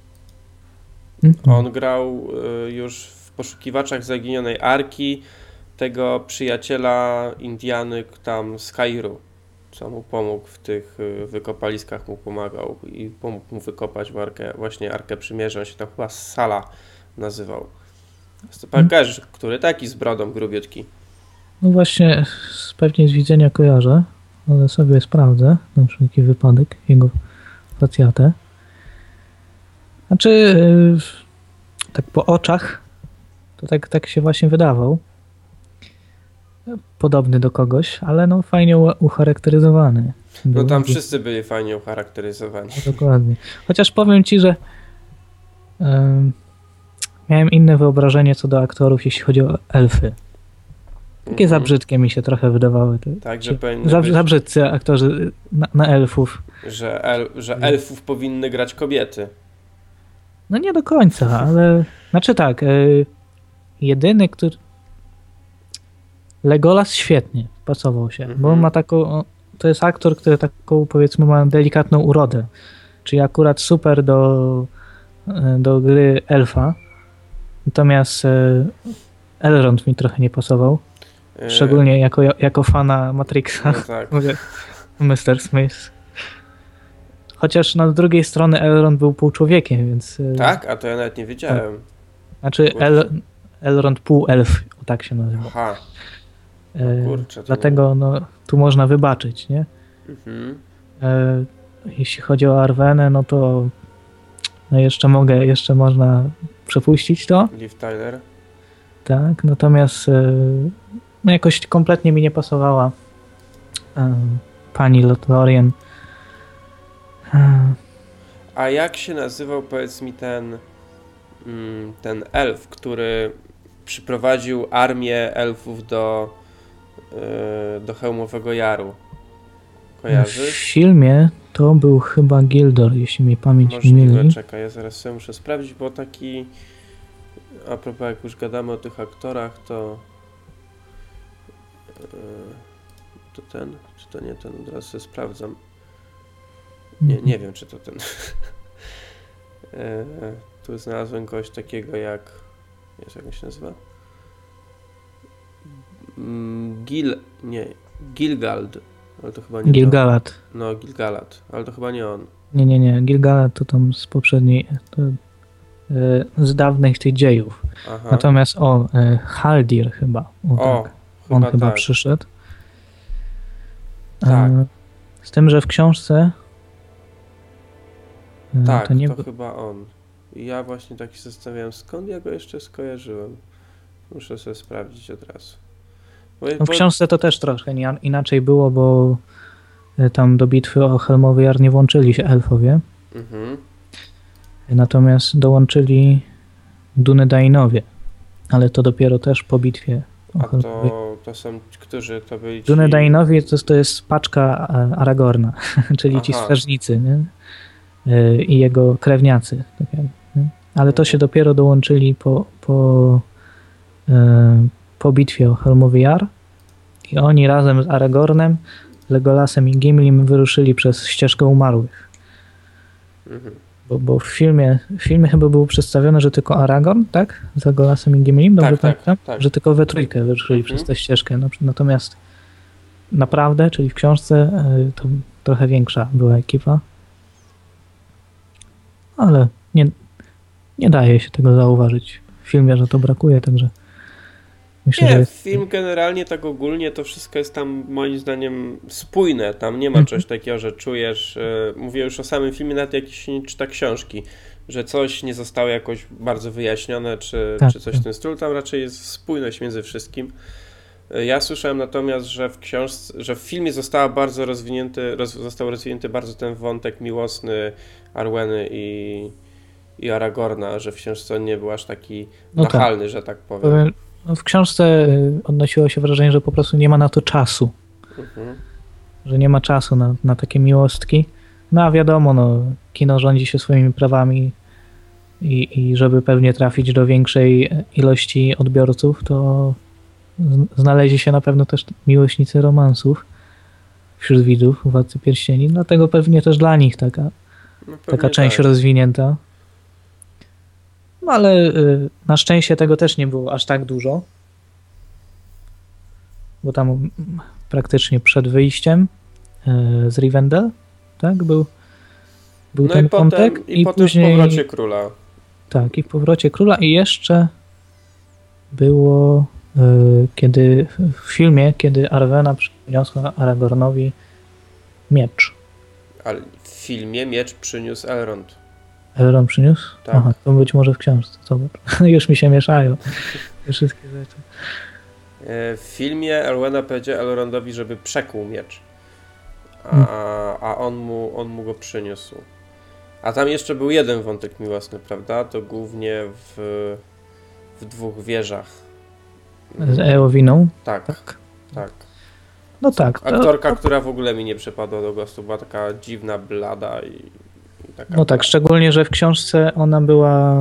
[SPEAKER 1] On grał już w Poszukiwaczach Zaginionej Arki tego przyjaciela Indiany tam z Kairu, co mu pomógł w tych wykopaliskach, mu pomagał i pomógł mu wykopać arkę, właśnie Arkę Przymierza. On się tam chyba Sala nazywał. Kojarzysz, który taki z brodą grubiutki?
[SPEAKER 2] No właśnie, pewnie z widzenia kojarzę, ale sobie sprawdzę na wszelki wypadek jego facjatę. Znaczy, tak po oczach, to tak, tak się właśnie wydawał. Podobny do kogoś, ale no fajnie ucharakteryzowany.
[SPEAKER 1] No tam wszyscy byli fajnie ucharakteryzowani.
[SPEAKER 2] No, dokładnie. Chociaż powiem ci, że um, miałem inne wyobrażenie co do aktorów, jeśli chodzi o elfy. Takie mm-hmm. za brzydkie mi się trochę wydawały. Te,
[SPEAKER 1] tak, że
[SPEAKER 2] za, za brzydcy aktorzy na, na elfów.
[SPEAKER 1] Że, el, że elfów powinny grać kobiety.
[SPEAKER 2] No nie do końca, ale znaczy tak, y, jedyny, który Legolas świetnie pasował się, mm-hmm. bo on ma taką, to jest aktor, który taką powiedzmy ma delikatną urodę, czyli akurat super do, do gry elfa, natomiast Elrond mi trochę nie pasował, yy. szczególnie jako, jako fana Matrixa,
[SPEAKER 1] no tak.
[SPEAKER 2] mister Smith. Chociaż no, z drugiej strony Elrond był półczłowiekiem, więc...
[SPEAKER 1] Tak? A to ja nawet nie wiedziałem.
[SPEAKER 2] Tak. Znaczy El, Elrond półelf, tak się nazywa.
[SPEAKER 1] Aha.
[SPEAKER 2] No kurczę, dlatego no, tu można wybaczyć, nie? Mhm. E, jeśli chodzi o Arwenę, no to no jeszcze mogę, jeszcze można przepuścić to.
[SPEAKER 1] Liv Tyler.
[SPEAKER 2] Tak, natomiast e, no jakoś kompletnie mi nie pasowała e, pani Lothlorien. E.
[SPEAKER 1] A jak się nazywał, powiedz mi, ten mm, ten elf, który przyprowadził armię elfów do do Hełmowego Jaru. Kojarzysz?
[SPEAKER 2] W filmie to był chyba Gildor, jeśli mi pamięć
[SPEAKER 1] Możliwe,
[SPEAKER 2] myli.
[SPEAKER 1] Czekaj, ja zaraz sobie muszę sprawdzić, bo taki a propos, jak już gadamy o tych aktorach, to to ten, czy to nie ten, teraz sobie sprawdzam. Nie, nie wiem, czy to ten. Tu znalazłem kogoś takiego jak jest, jak on się nazywa? Gil, nie, Gilgalad, ale to chyba nie
[SPEAKER 2] Gilgalad.
[SPEAKER 1] To. No, Gilgalad, ale to chyba nie on.
[SPEAKER 2] Nie, nie, nie, Gilgalad to tam z poprzedniej, to, yy, z dawnych tych dziejów. Aha. Natomiast o, yy, Haldir chyba, o,
[SPEAKER 1] o
[SPEAKER 2] tak. On chyba, chyba
[SPEAKER 1] tak.
[SPEAKER 2] przyszedł.
[SPEAKER 1] Tak.
[SPEAKER 2] Z tym, że w książce
[SPEAKER 1] Tak,
[SPEAKER 2] to, nie
[SPEAKER 1] to
[SPEAKER 2] b-
[SPEAKER 1] chyba on. I ja właśnie tak się zastanawiałem, skąd ja go jeszcze skojarzyłem. Muszę sobie sprawdzić od razu. Bo,
[SPEAKER 2] no w
[SPEAKER 1] bo...
[SPEAKER 2] książce to też trochę nie- inaczej było, bo tam do bitwy o Helmowy Jar nie włączyli się elfowie.
[SPEAKER 1] Mhm.
[SPEAKER 2] Natomiast dołączyli Dunedainowie, ale to dopiero też po bitwie o
[SPEAKER 1] A
[SPEAKER 2] Helmowy.
[SPEAKER 1] to, to są, którzy to byli ci...
[SPEAKER 2] Dunedainowie to, to jest paczka e, Aragorna, czyli ci
[SPEAKER 1] Aha.
[SPEAKER 2] strażnicy, nie? E, I jego krewniacy. Tak jakby, nie? Ale to
[SPEAKER 1] Mhm.
[SPEAKER 2] się dopiero dołączyli po, po, e, po bitwie o Helmowy Jar i oni razem z Aragornem, Legolasem i Gimlim wyruszyli przez ścieżkę umarłych.
[SPEAKER 1] Mhm.
[SPEAKER 2] Bo, bo w filmie, w filmie chyba było przedstawione, że tylko Aragorn, tak? Z Legolasem i Gimlim, dobrze
[SPEAKER 1] Tak, tak,
[SPEAKER 2] pamiętam?
[SPEAKER 1] tak.
[SPEAKER 2] Że tylko we trójkę wyruszyli
[SPEAKER 1] Mhm.
[SPEAKER 2] przez tę ścieżkę. No, natomiast naprawdę, czyli w książce, y, to trochę większa była ekipa. Ale nie, nie daje się tego zauważyć w filmie, że to brakuje, także myślę, że
[SPEAKER 1] Nie,
[SPEAKER 2] jest...
[SPEAKER 1] film generalnie tak ogólnie to wszystko jest tam moim zdaniem spójne. Tam nie ma
[SPEAKER 2] Mhm.
[SPEAKER 1] czegoś takiego, że czujesz, e, mówię już o samym filmie, nawet jak się nie czyta książki, że coś nie zostało jakoś bardzo wyjaśnione, czy,
[SPEAKER 2] Tak,
[SPEAKER 1] czy coś
[SPEAKER 2] tak.
[SPEAKER 1] w tym stylu. Tam raczej jest spójność między wszystkim. E, Ja słyszałem natomiast, że w książce, że w filmie została bardzo rozwinięty, roz, został rozwinięty bardzo ten wątek miłosny Arweny i, i Aragorna, że w książce on nie był aż taki
[SPEAKER 2] No tak.
[SPEAKER 1] nachalny, że tak powiem.
[SPEAKER 2] Powiem, no w książce y, odnosiło się wrażenie, że po prostu nie ma na to czasu.
[SPEAKER 1] Mhm.
[SPEAKER 2] Że nie ma czasu na, na takie miłostki. No a wiadomo, no, kino rządzi się swoimi prawami i, i żeby pewnie trafić do większej ilości odbiorców, to z- znaleźli się na pewno też miłośnicy romansów wśród widzów Władcy Pierścieni, dlatego pewnie też dla nich taka,
[SPEAKER 1] No, pewnie
[SPEAKER 2] taka część
[SPEAKER 1] tak.
[SPEAKER 2] rozwinięta. No ale y, na szczęście tego też nie było aż tak dużo, bo tam mm, praktycznie przed wyjściem y, z Rivendell, tak, był, był
[SPEAKER 1] No
[SPEAKER 2] ten
[SPEAKER 1] i potem,
[SPEAKER 2] wątek
[SPEAKER 1] i potem
[SPEAKER 2] później
[SPEAKER 1] w Powrocie Króla.
[SPEAKER 2] tak, i w Powrocie Króla i jeszcze było y, kiedy w filmie, kiedy Arwena przyniosła Aragornowi miecz.
[SPEAKER 1] Ale w filmie miecz przyniósł Elrond.
[SPEAKER 2] Elrond przyniósł?
[SPEAKER 1] Tak.
[SPEAKER 2] Aha, to być może w książce, zobacz. Już mi się mieszają te wszystkie rzeczy.
[SPEAKER 1] E, W filmie Elwena powiedziała Elrondowi, żeby przekuł miecz. A,
[SPEAKER 2] Hmm.
[SPEAKER 1] a on, mu, on mu go przyniósł. A tam jeszcze był jeden wątek miłosny, prawda? To głównie w, w dwóch wieżach.
[SPEAKER 2] Z Eowiną?
[SPEAKER 1] Tak,
[SPEAKER 2] Tak.
[SPEAKER 1] tak.
[SPEAKER 2] No tak. To,
[SPEAKER 1] Aktorka, która w ogóle mi nie przypadła do gustu, była taka dziwna, blada i, i taka...
[SPEAKER 2] no tak, szczególnie, że w książce ona była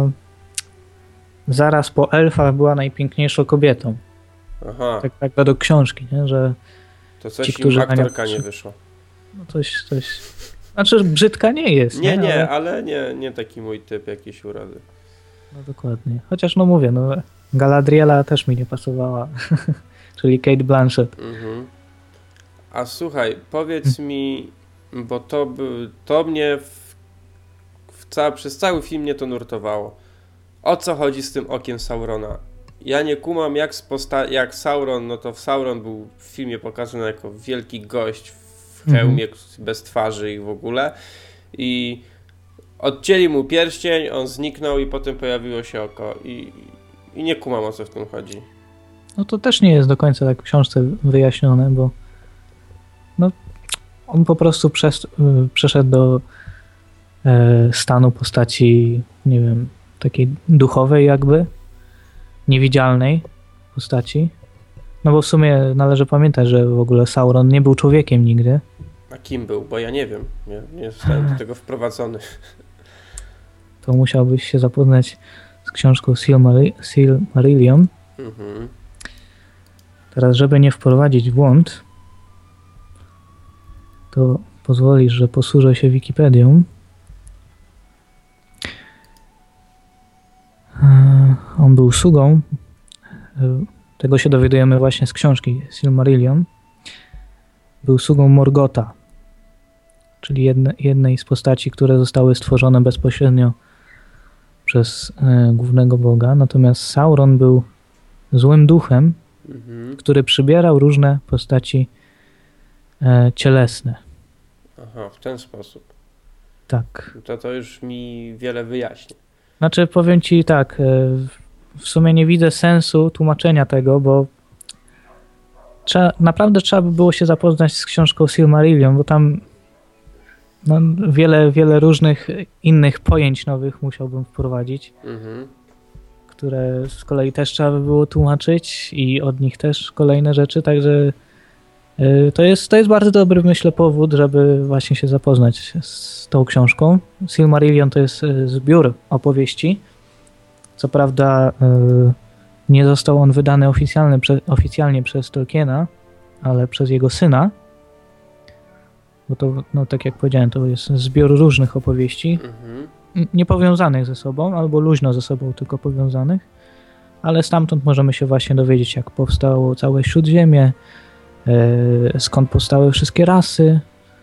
[SPEAKER 2] zaraz po elfach była najpiękniejszą kobietą.
[SPEAKER 1] Aha,
[SPEAKER 2] Tak, tak według książki, nie? Że
[SPEAKER 1] to coś
[SPEAKER 2] ci,
[SPEAKER 1] im
[SPEAKER 2] którzy na nią
[SPEAKER 1] aktorka nie
[SPEAKER 2] patrzy-
[SPEAKER 1] wyszło.
[SPEAKER 2] no coś, coś... Znaczy brzydka nie jest.
[SPEAKER 1] Nie, nie,
[SPEAKER 2] Ale,
[SPEAKER 1] ale nie, nie taki mój typ jakiejś urody.
[SPEAKER 2] no dokładnie. Chociaż no mówię, no Galadriela też mi nie pasowała. Czyli Cate Blanchett.
[SPEAKER 1] Mhm. A słuchaj, powiedz mi, bo to, by, to mnie w, w ca, przez cały film mnie to nurtowało. O co chodzi z tym okiem Saurona? Ja nie kumam jak, z posta- jak Sauron, no to Sauron był w filmie pokazany jako wielki gość w hełmie bez twarzy i w ogóle. I odcięli mu pierścień, on zniknął i potem pojawiło się oko. I, i nie kumam o co w tym chodzi.
[SPEAKER 2] No to też nie jest do końca tak w książce wyjaśnione, bo no, on po prostu przes- y, przeszedł do e, stanu postaci, nie wiem, takiej duchowej jakby, niewidzialnej postaci. No bo w sumie należy pamiętać, że w ogóle Sauron nie był człowiekiem nigdy.
[SPEAKER 1] A kim był? Bo ja nie wiem. Nie, nie zostałem do tego wprowadzony.
[SPEAKER 2] To musiałbyś się zapoznać z książką Silmari- Silmarillion.
[SPEAKER 1] Mhm.
[SPEAKER 2] Teraz, żeby nie wprowadzić w błąd, to pozwolisz, że posłużę się Wikipedią. E, On był sługą, e, tego się dowiadujemy właśnie z książki Silmarillion. Był sługą Morgotha, czyli jedne, jednej z postaci, które zostały stworzone bezpośrednio przez e, głównego boga. Natomiast Sauron był złym duchem,
[SPEAKER 1] Mhm.
[SPEAKER 2] który przybierał różne postaci e, cielesne.
[SPEAKER 1] Aha, w ten sposób.
[SPEAKER 2] Tak.
[SPEAKER 1] To to już mi wiele wyjaśni.
[SPEAKER 2] Znaczy powiem ci tak, e, w sumie nie widzę sensu tłumaczenia tego, bo trzeba, naprawdę trzeba by było się zapoznać z książką Silmarillion, bo tam no, wiele, wiele różnych innych pojęć nowych musiałbym wprowadzić,
[SPEAKER 1] Mhm.
[SPEAKER 2] które z kolei też trzeba by było tłumaczyć i od nich też kolejne rzeczy, także y, to jest, to jest bardzo dobry, myślę, powód, żeby właśnie się zapoznać z tą książką. Silmarillion to jest y, zbiór opowieści. Co prawda y, nie został on wydany oficjalnie, prze, oficjalnie przez Tolkiena, ale przez jego syna, bo to, no tak jak powiedziałem, to jest zbiór różnych opowieści,
[SPEAKER 1] Mhm.
[SPEAKER 2] niepowiązanych ze sobą, albo luźno ze sobą tylko powiązanych, ale stamtąd możemy się właśnie dowiedzieć, jak powstało całe Śródziemie, e, skąd powstały wszystkie rasy,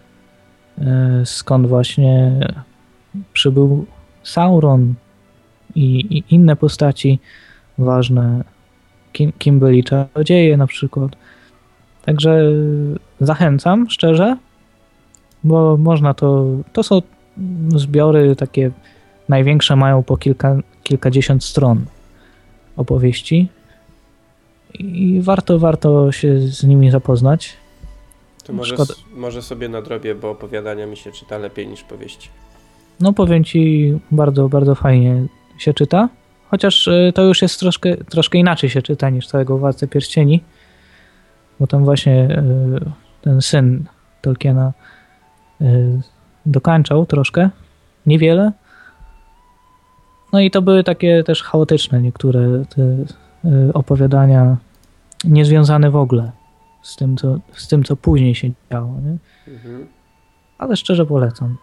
[SPEAKER 2] e, skąd właśnie przybył Sauron i, i inne postaci ważne, kim, kim byli czarodzieje na przykład. Także zachęcam szczerze, bo można to, to są zbiory takie największe, mają po kilka, kilkadziesiąt stron opowieści i warto, warto się z nimi zapoznać.
[SPEAKER 1] To może,
[SPEAKER 2] Szkoda.
[SPEAKER 1] może sobie nadrobię, bo opowiadania mi się czyta lepiej niż powieści.
[SPEAKER 2] No powiem ci, bardzo, bardzo fajnie się czyta, chociaż to już jest troszkę, troszkę inaczej się czyta niż całego Władcę Pierścieni, bo tam właśnie ten syn Tolkiena dokańczał troszkę, niewiele. No i to były takie też chaotyczne niektóre te opowiadania, niezwiązane w ogóle z tym, co, z tym, co później się działo, nie?
[SPEAKER 1] Mhm.
[SPEAKER 2] Ale szczerze polecam.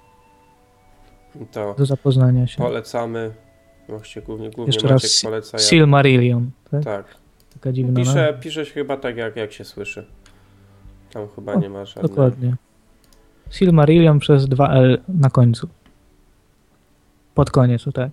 [SPEAKER 1] To
[SPEAKER 2] do zapoznania się.
[SPEAKER 1] Polecamy. Właściwie głównie, głównie
[SPEAKER 2] Jeszcze
[SPEAKER 1] Maciek
[SPEAKER 2] raz
[SPEAKER 1] poleca.
[SPEAKER 2] Silmarillion, tak?
[SPEAKER 1] Tak.
[SPEAKER 2] Taka dziwna.
[SPEAKER 1] Pisze, pisze się chyba tak, jak, jak się słyszy. Tam chyba
[SPEAKER 2] o,
[SPEAKER 1] nie ma żadnej...
[SPEAKER 2] Dokładnie. Silmarillion przez dwa L na końcu. Pod koniec, tak.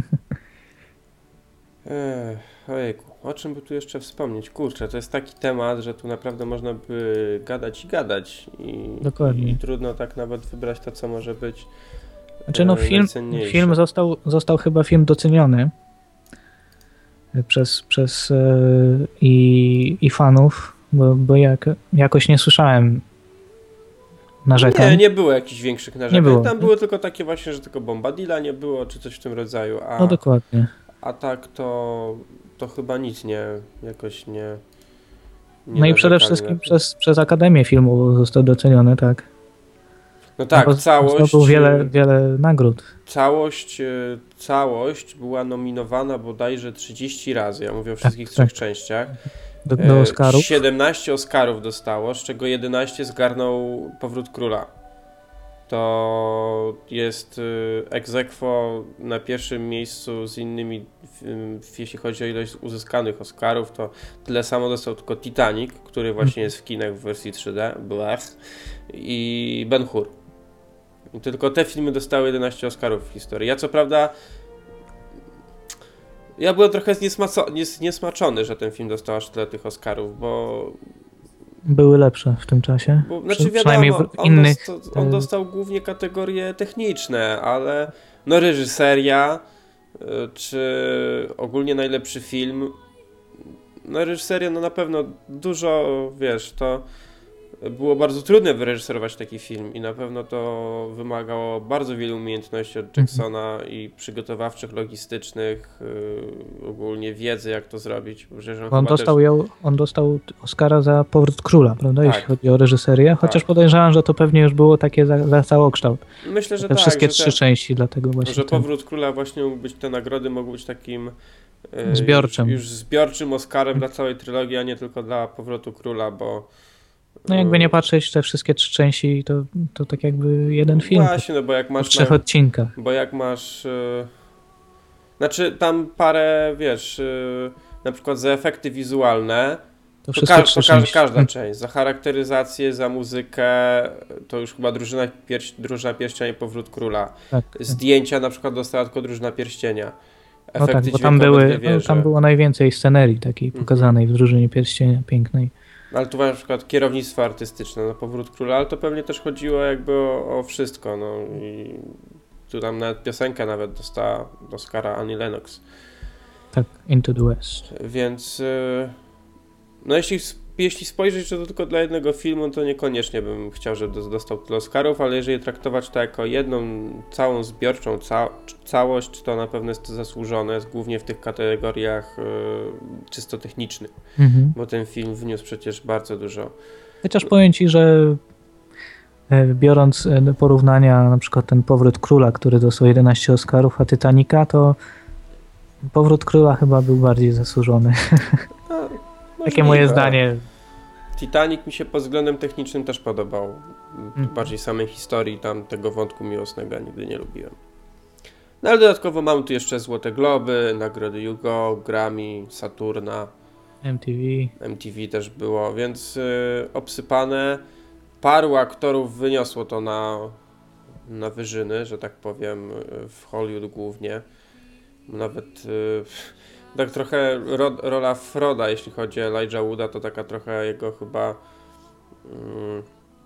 [SPEAKER 1] Ech, ojejku, o czym by tu jeszcze wspomnieć? Kurczę, to jest taki temat, że tu naprawdę można by gadać i gadać. I,
[SPEAKER 2] Dokładnie.
[SPEAKER 1] I trudno tak nawet wybrać to, co może być
[SPEAKER 2] Znaczy no film, film został, został chyba film doceniony przez, przez yy, i, i fanów, bo, bo jak, jakoś nie słyszałem narzekań.
[SPEAKER 1] Nie, nie było jakichś większych narzekań.
[SPEAKER 2] Nie było.
[SPEAKER 1] Tam było tylko takie właśnie, że tylko Bombadilla nie było, czy coś w tym rodzaju. A,
[SPEAKER 2] no dokładnie.
[SPEAKER 1] A tak to, to chyba nic nie, jakoś nie... nie
[SPEAKER 2] no i przede wszystkim przez, przez Akademię Filmową został doceniony, tak.
[SPEAKER 1] No tak, no całość...
[SPEAKER 2] Zdobył wiele, wiele nagród.
[SPEAKER 1] Całość, całość była nominowana bodajże trzydzieści razy, ja mówię o wszystkich
[SPEAKER 2] tak,
[SPEAKER 1] trzech
[SPEAKER 2] tak.
[SPEAKER 1] częściach.
[SPEAKER 2] Do, do Oscarów.
[SPEAKER 1] siedemnaście Oscarów dostało, z czego jedenaście zgarnął Powrót Króla. To jest ex aequo na pierwszym miejscu z innymi, jeśli chodzi o ilość uzyskanych Oscarów, to tyle samo dostał tylko Titanic, który właśnie jest w kinach w wersji trzy D, blech, i Ben-Hur. I tylko te filmy dostały jedenaście Oscarów w historii. Ja co prawda ja byłem trochę zniesmaco- nies- niesmaczony, że ten film dostał aż tyle tych Oscarów, bo
[SPEAKER 2] były lepsze w tym czasie.
[SPEAKER 1] Bo, znaczy
[SPEAKER 2] przynajmniej
[SPEAKER 1] wiadomo,
[SPEAKER 2] w
[SPEAKER 1] on,
[SPEAKER 2] innych...
[SPEAKER 1] dostał, on dostał głównie kategorie techniczne, ale no reżyseria, czy ogólnie najlepszy film, no reżyseria no na pewno dużo, wiesz, to było bardzo trudne wyreżyserować taki film i na pewno to wymagało bardzo wielu umiejętności od Jacksona mm-hmm. i przygotowawczych, logistycznych, yy, ogólnie wiedzy, jak to zrobić. On,
[SPEAKER 2] on, dostał
[SPEAKER 1] też...
[SPEAKER 2] ją, on dostał Oscara za Powrót Króla, prawda,
[SPEAKER 1] tak.
[SPEAKER 2] jeśli chodzi o reżyserię, chociaż
[SPEAKER 1] tak.
[SPEAKER 2] podejrzewam, że to pewnie już było takie za, za całokształt.
[SPEAKER 1] Myślę, że
[SPEAKER 2] te
[SPEAKER 1] tak.
[SPEAKER 2] wszystkie
[SPEAKER 1] że
[SPEAKER 2] trzy
[SPEAKER 1] te,
[SPEAKER 2] części, dlatego właśnie.
[SPEAKER 1] Że
[SPEAKER 2] ten...
[SPEAKER 1] Powrót Króla właśnie mógł być, te nagrody mogły być takim yy,
[SPEAKER 2] zbiorczym.
[SPEAKER 1] Już, już zbiorczym Oscarem hmm. dla całej trylogii, a nie tylko dla Powrotu Króla, bo
[SPEAKER 2] no jakby nie patrzeć, te wszystkie trzy części to, to tak jakby jeden film.
[SPEAKER 1] Właśnie, no bo jak masz...
[SPEAKER 2] W trzech
[SPEAKER 1] na,
[SPEAKER 2] odcinkach.
[SPEAKER 1] Bo jak masz... Yy, znaczy tam parę, wiesz, yy, na przykład za efekty wizualne,
[SPEAKER 2] to,
[SPEAKER 1] to,
[SPEAKER 2] ka-
[SPEAKER 1] to
[SPEAKER 2] części.
[SPEAKER 1] każda hmm. część. Za charakteryzację, za muzykę, to już chyba Drużyna, Pierś- Drużyna Pierścienia i Powrót Króla.
[SPEAKER 2] Tak,
[SPEAKER 1] Zdjęcia tak. na przykład dostała tylko Drużyna Pierścienia. Efekty
[SPEAKER 2] no tak, bo tam, były,
[SPEAKER 1] no,
[SPEAKER 2] tam było najwięcej scenerii takiej pokazanej w Drużynie Pierścienia, pięknej.
[SPEAKER 1] Ale tu na przykład kierownictwo artystyczne, no Powrót Króla, ale to pewnie też chodziło jakby o, o wszystko, no i tu tam nawet piosenka nawet dostała Oscara Annie Lennox.
[SPEAKER 2] Tak, Into the West.
[SPEAKER 1] Więc no jeśli, jeśli spojrzeć, że to tylko dla jednego filmu, to niekoniecznie bym chciał, żeby dostał tyle Oscarów, ale jeżeli traktować to jako jedną całą zbiorczą ca całość, to na pewno jest to zasłużone, głównie w tych kategoriach y, czysto technicznych, mhm. bo ten film wniósł przecież bardzo dużo.
[SPEAKER 2] Chociaż powiem ci, że biorąc do porównania na przykład ten Powrót Króla, który dostał jedenaście Oscarów, a Titanica, to Powrót Króla chyba był bardziej zasłużony. No, takie moje zdanie.
[SPEAKER 1] Titanic mi się pod względem technicznym też podobał. Mm. Bardziej samej historii, tam tego wątku miłosnego nigdy nie lubiłem. No ale dodatkowo mam tu jeszcze Złote Globy, nagrody Hugo, Grammy, Saturna.
[SPEAKER 2] M T V.
[SPEAKER 1] M T V też było, więc yy, obsypane. Paru aktorów wyniosło to na, na wyżyny, że tak powiem, w Hollywood głównie. Nawet yy, tak trochę ro, rola Froda, jeśli chodzi o Elijah Wooda, to taka trochę jego chyba yy,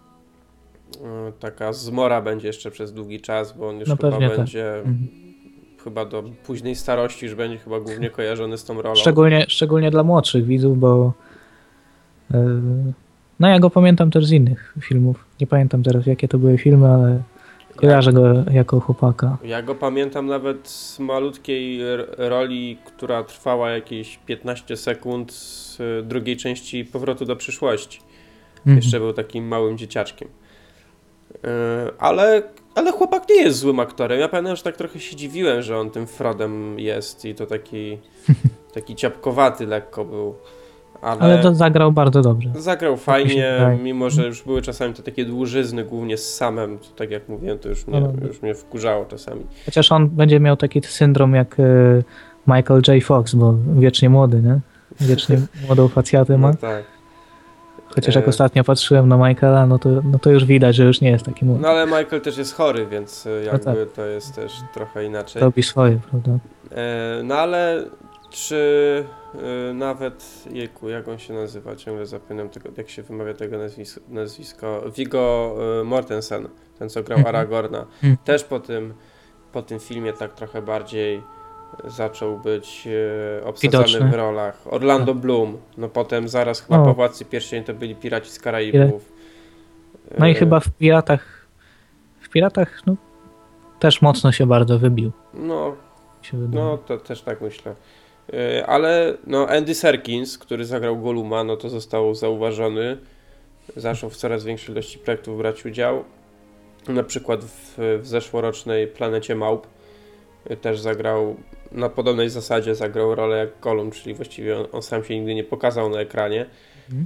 [SPEAKER 1] yy, taka zmora będzie jeszcze przez długi czas, bo on już no chyba będzie tak. mhm. chyba do późnej starości już będzie chyba głównie kojarzony z tą rolą.
[SPEAKER 2] Szczególnie, szczególnie dla młodszych widzów, bo yy, no ja go pamiętam też z innych filmów. Nie pamiętam teraz jakie to były filmy, ale kojarzę go jako chłopaka.
[SPEAKER 1] Ja go pamiętam nawet z malutkiej roli, która trwała jakieś piętnaście sekund z drugiej części Powrotu do przyszłości. Mhm. Jeszcze był takim małym dzieciaczkiem. Yy, ale, ale chłopak nie jest złym aktorem. Ja pamiętam, że tak trochę się dziwiłem, że on tym Frodem jest i to taki, taki ciapkowaty lekko był. Ale,
[SPEAKER 2] ale to zagrał bardzo dobrze.
[SPEAKER 1] Zagrał fajnie, mimo że już były czasami te takie dłużyzny, głównie z Samem, to tak jak mówiłem, to już mnie, no, już mnie wkurzało czasami.
[SPEAKER 2] Chociaż on będzie miał taki syndrom jak y, Michael J. Fox, bo wiecznie młody, nie? Wiecznie młodą facjatę ma.
[SPEAKER 1] No tak.
[SPEAKER 2] Chociaż jak e... ostatnio patrzyłem na Michaela, no to, no to już widać, że już nie jest taki młody.
[SPEAKER 1] No ale Michael też jest chory, więc jakby no tak. to jest też trochę inaczej.
[SPEAKER 2] Robi swoje, prawda?
[SPEAKER 1] E, no ale czy y, nawet, jejku, jak on się nazywa, ciągle zapominam tego, jak się wymawia tego nazwisko, nazwisko Viggo y, Mortensen, ten co grał Aragorna, też po tym, po tym filmie tak trochę bardziej zaczął być y, obsadzany Widoczny. w rolach. Orlando Bloom, no potem zaraz chyba o. po Władcy Pierścieni to byli Piraci z Karaibów.
[SPEAKER 2] No i y, chyba w Piratach, w Piratach no, też mocno się bardzo wybił.
[SPEAKER 1] No, no to też tak myślę. Ale no Andy Serkins, który zagrał Golluma, no to został zauważony. Zaczął w coraz większej ilości projektów brać udział. Na przykład w, w zeszłorocznej Planecie Małp też zagrał, na podobnej zasadzie zagrał rolę jak Gollum, czyli właściwie on, on sam się nigdy nie pokazał na ekranie. Mhm.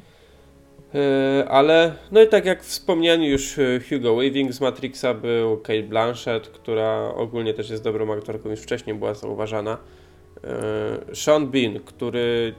[SPEAKER 1] Ale no i tak jak wspomniany już Hugo Weaving z Matrixa był, Cate Blanchett, która ogólnie też jest dobrą aktorką, już wcześniej była zauważana. Sean Bean, który...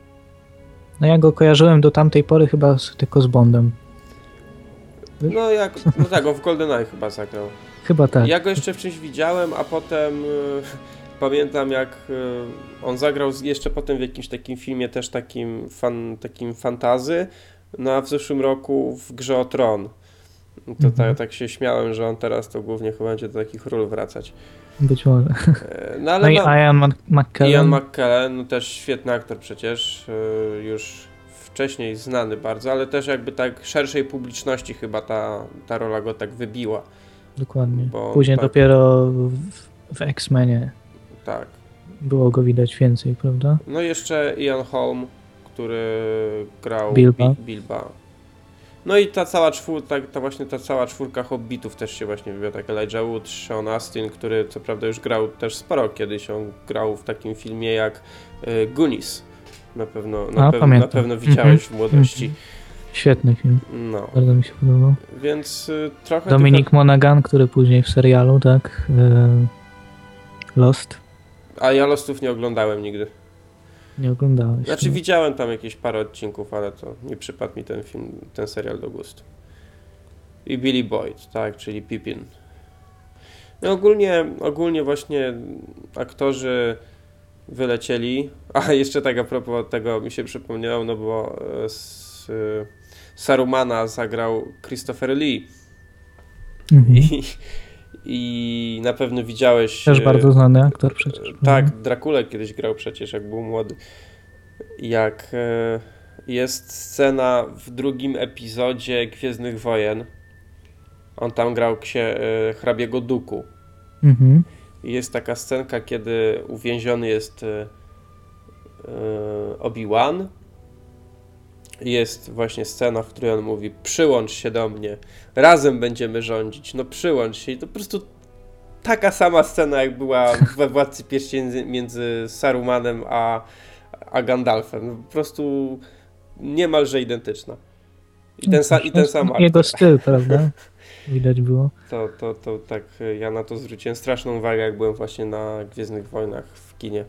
[SPEAKER 2] No ja go kojarzyłem do tamtej pory chyba z, tylko z Bondem.
[SPEAKER 1] Wiesz? No jak, no tak, on w GoldenEye chyba zagrał.
[SPEAKER 2] Chyba tak.
[SPEAKER 1] Ja go jeszcze w czymś widziałem, a potem y, pamiętam jak y, on zagrał jeszcze potem w jakimś takim filmie też takim, fan, takim fantazy, no a w zeszłym roku w Grze o Tron. To mhm. tak, tak się śmiałem, że on teraz to głównie chyba będzie do takich ról wracać.
[SPEAKER 2] Być może.
[SPEAKER 1] No, ale
[SPEAKER 2] no i ma... Ian McKellen.
[SPEAKER 1] Ian McKellen, no też świetny aktor przecież, już wcześniej znany bardzo, ale też jakby tak szerszej publiczności chyba ta, ta rola go tak wybiła.
[SPEAKER 2] Dokładnie. Bo później tak... dopiero w, w X-Menie
[SPEAKER 1] tak.
[SPEAKER 2] było go widać więcej, prawda?
[SPEAKER 1] No i jeszcze Ian Holm, który grał
[SPEAKER 2] Bilba.
[SPEAKER 1] Bi Bilba. No i ta cała czwórka, ta, ta właśnie ta cała czwórka Hobbitów też się właśnie wybiła, tak Elijah Wood, Sean Astin, który co prawda już grał też sporo kiedyś, on grał w takim filmie jak y, Goonies. Na pewno, na,
[SPEAKER 2] A,
[SPEAKER 1] pew na pewno widziałeś mm-hmm. w młodości.
[SPEAKER 2] Świetny film.
[SPEAKER 1] No.
[SPEAKER 2] Bardzo mi się podobał.
[SPEAKER 1] Więc y, trochę...
[SPEAKER 2] Dominic
[SPEAKER 1] tylko...
[SPEAKER 2] Monaghan, który później w serialu, tak? Y, Lost.
[SPEAKER 1] A ja Lostów nie oglądałem nigdy.
[SPEAKER 2] Nie oglądałeś.
[SPEAKER 1] Znaczy no. widziałem tam jakieś parę odcinków, ale to nie przypadł mi ten film, ten serial do gustu. I Billy Boyd, tak, czyli Pippin. No ogólnie, ogólnie właśnie aktorzy wylecieli, a jeszcze tak a propos tego mi się przypomniało, no bo więc y, Sarumana zagrał Christopher Lee.
[SPEAKER 2] Mhm.
[SPEAKER 1] I, I na pewno widziałeś...
[SPEAKER 2] Też bardzo znany aktor przecież.
[SPEAKER 1] Tak,
[SPEAKER 2] Mhm.
[SPEAKER 1] Drakulę kiedyś grał przecież, jak był młody. Jak y, jest scena w drugim epizodzie Gwiezdnych Wojen. On tam grał księ, y, hrabiego Dooku.
[SPEAKER 2] Mhm.
[SPEAKER 1] I jest taka scenka, kiedy uwięziony jest y, y, Obi-Wan. Jest właśnie scena, w której on mówi: przyłącz się do mnie, razem będziemy rządzić, no przyłącz się. I to po prostu taka sama scena, jak była we Władcy Pierścieni między Sarumanem a, a Gandalfem. No, po prostu niemalże identyczna. I ten, sa, i ten sam aktor.
[SPEAKER 2] Jego styl, prawda? Widać było.
[SPEAKER 1] To, to, to tak, ja na to zwróciłem straszną uwagę, jak byłem właśnie na Gwiezdnych Wojnach w kinie.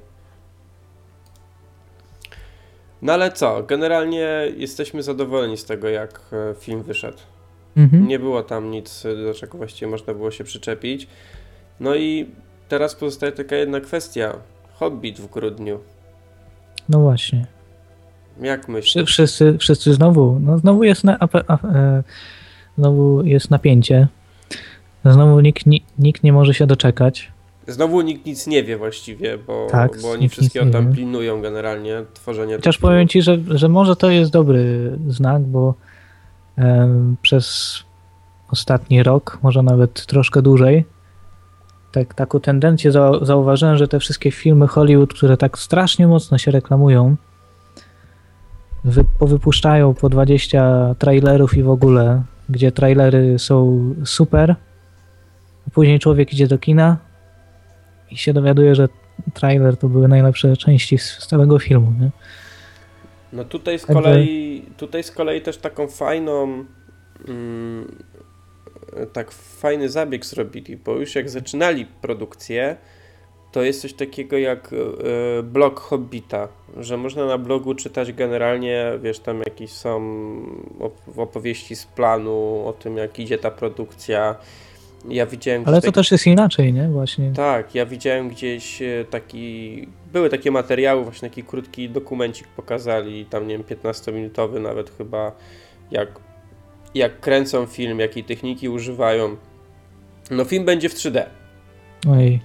[SPEAKER 1] No ale co, generalnie jesteśmy zadowoleni z tego, jak film wyszedł.
[SPEAKER 2] Mhm.
[SPEAKER 1] Nie było tam nic, do czego właściwie można było się przyczepić. No i teraz pozostaje taka jedna kwestia. Hobbit w grudniu.
[SPEAKER 2] No właśnie.
[SPEAKER 1] Jak myślisz?
[SPEAKER 2] Wszyscy, wszyscy znowu, no znowu jest na, a, a, e, znowu jest napięcie. Znowu nikt, nikt nie może się doczekać.
[SPEAKER 1] Znowu nikt nic nie wie właściwie, bo,
[SPEAKER 2] tak,
[SPEAKER 1] bo oni wszystkiego tam pilnują generalnie, tworzenie...
[SPEAKER 2] Chociaż powiem ci, że, że może to jest dobry znak, bo e, przez ostatni rok, może nawet troszkę dłużej, tak, taką tendencję za, zauważyłem, że te wszystkie filmy Hollywood, które tak strasznie mocno się reklamują, wy, powypuszczają po dwadzieścia trailerów i w ogóle, gdzie trailery są super, a później człowiek idzie do kina i się dowiaduje, że trailer to były najlepsze części z całego filmu, nie?
[SPEAKER 1] No tutaj z kolei, tutaj z kolei też taką fajną mm, tak fajny zabieg zrobili, bo już jak zaczynali produkcję, to jest coś takiego jak y, blog Hobbita, że można na blogu czytać generalnie, wiesz, tam jakieś są op- opowieści z planu, o tym jak idzie ta produkcja. Ja widziałem
[SPEAKER 2] Ale to
[SPEAKER 1] taki...
[SPEAKER 2] też jest inaczej, nie? Właśnie.
[SPEAKER 1] Tak, ja widziałem gdzieś taki, były takie materiały, właśnie taki krótki dokumencik pokazali, tam nie wiem, piętnastominutowy nawet chyba, jak, jak kręcą film, jakiej techniki używają. No film będzie w trzy D.
[SPEAKER 2] Oj.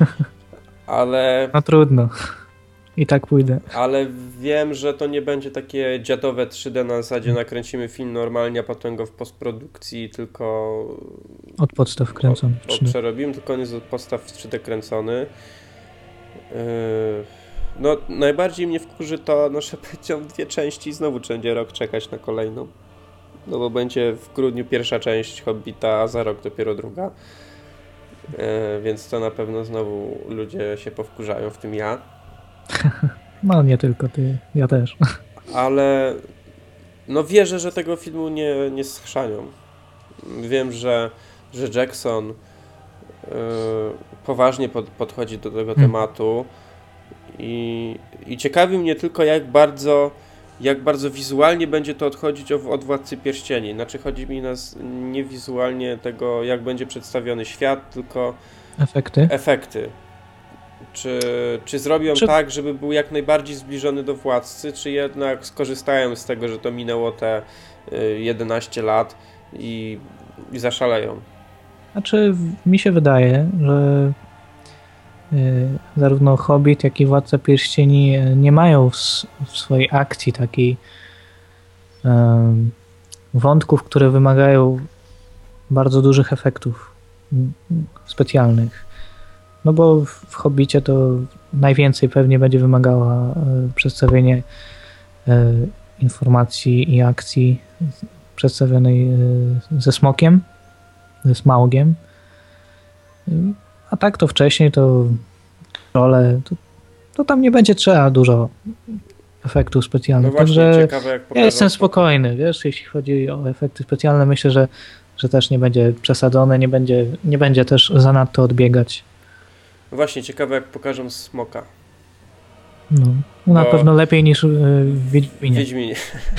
[SPEAKER 1] Ale...
[SPEAKER 2] No trudno. I tak pójdę.
[SPEAKER 1] Ale wiem, że to nie będzie takie dziadowe trzy D na zasadzie nakręcimy film normalnie, a potem go w postprodukcji tylko...
[SPEAKER 2] Od podstaw kręcony.
[SPEAKER 1] Od, od przerobimy, tylko on jest od podstaw w trzy D kręcony. Yy, no najbardziej mnie wkurzy to, no, że będą dwie części i znowu będzie rok czekać na kolejną. No bo będzie w grudniu pierwsza część Hobbita, a za rok dopiero druga. Yy, więc to na pewno znowu ludzie się powkurzają, w tym ja.
[SPEAKER 2] No nie tylko ty, ja też.
[SPEAKER 1] Ale no wierzę, że tego filmu nie, nie schrzanią. Wiem, że, że Jackson yy, poważnie pod, podchodzi do tego hmm. tematu i, i ciekawi mnie tylko, jak bardzo jak bardzo wizualnie będzie to odchodzić od Władcy Pierścieni. Znaczy chodzi mi nas nie wizualnie tego, jak będzie przedstawiony świat, tylko
[SPEAKER 2] efekty.
[SPEAKER 1] efekty. Czy, czy zrobią czy... tak, żeby był jak najbardziej zbliżony do Władcy, czy jednak skorzystają z tego, że to minęło te jedenaście lat i, i zaszaleją?
[SPEAKER 2] Znaczy, mi się wydaje, że y, zarówno Hobbit, jak i Władca Pierścieni nie mają w, w swojej akcji takiej y, wątków, które wymagają bardzo dużych efektów specjalnych. No bo w Hobbicie to najwięcej pewnie będzie wymagało przedstawienie informacji i akcji przedstawionej ze smokiem, ze smaugiem. A tak to wcześniej to role, to, to tam nie będzie trzeba dużo efektów specjalnych.
[SPEAKER 1] No właśnie,
[SPEAKER 2] Także
[SPEAKER 1] ciekawe, jak
[SPEAKER 2] ja jestem spokojny, wiesz, jeśli chodzi o efekty specjalne, myślę, że, że też nie będzie przesadzone, nie będzie, nie będzie też zanadto odbiegać.
[SPEAKER 1] Właśnie, ciekawe jak pokażą smoka.
[SPEAKER 2] No, no na
[SPEAKER 1] bo...
[SPEAKER 2] pewno lepiej niż yy, w Wiedźminie.
[SPEAKER 1] Wiedźminie.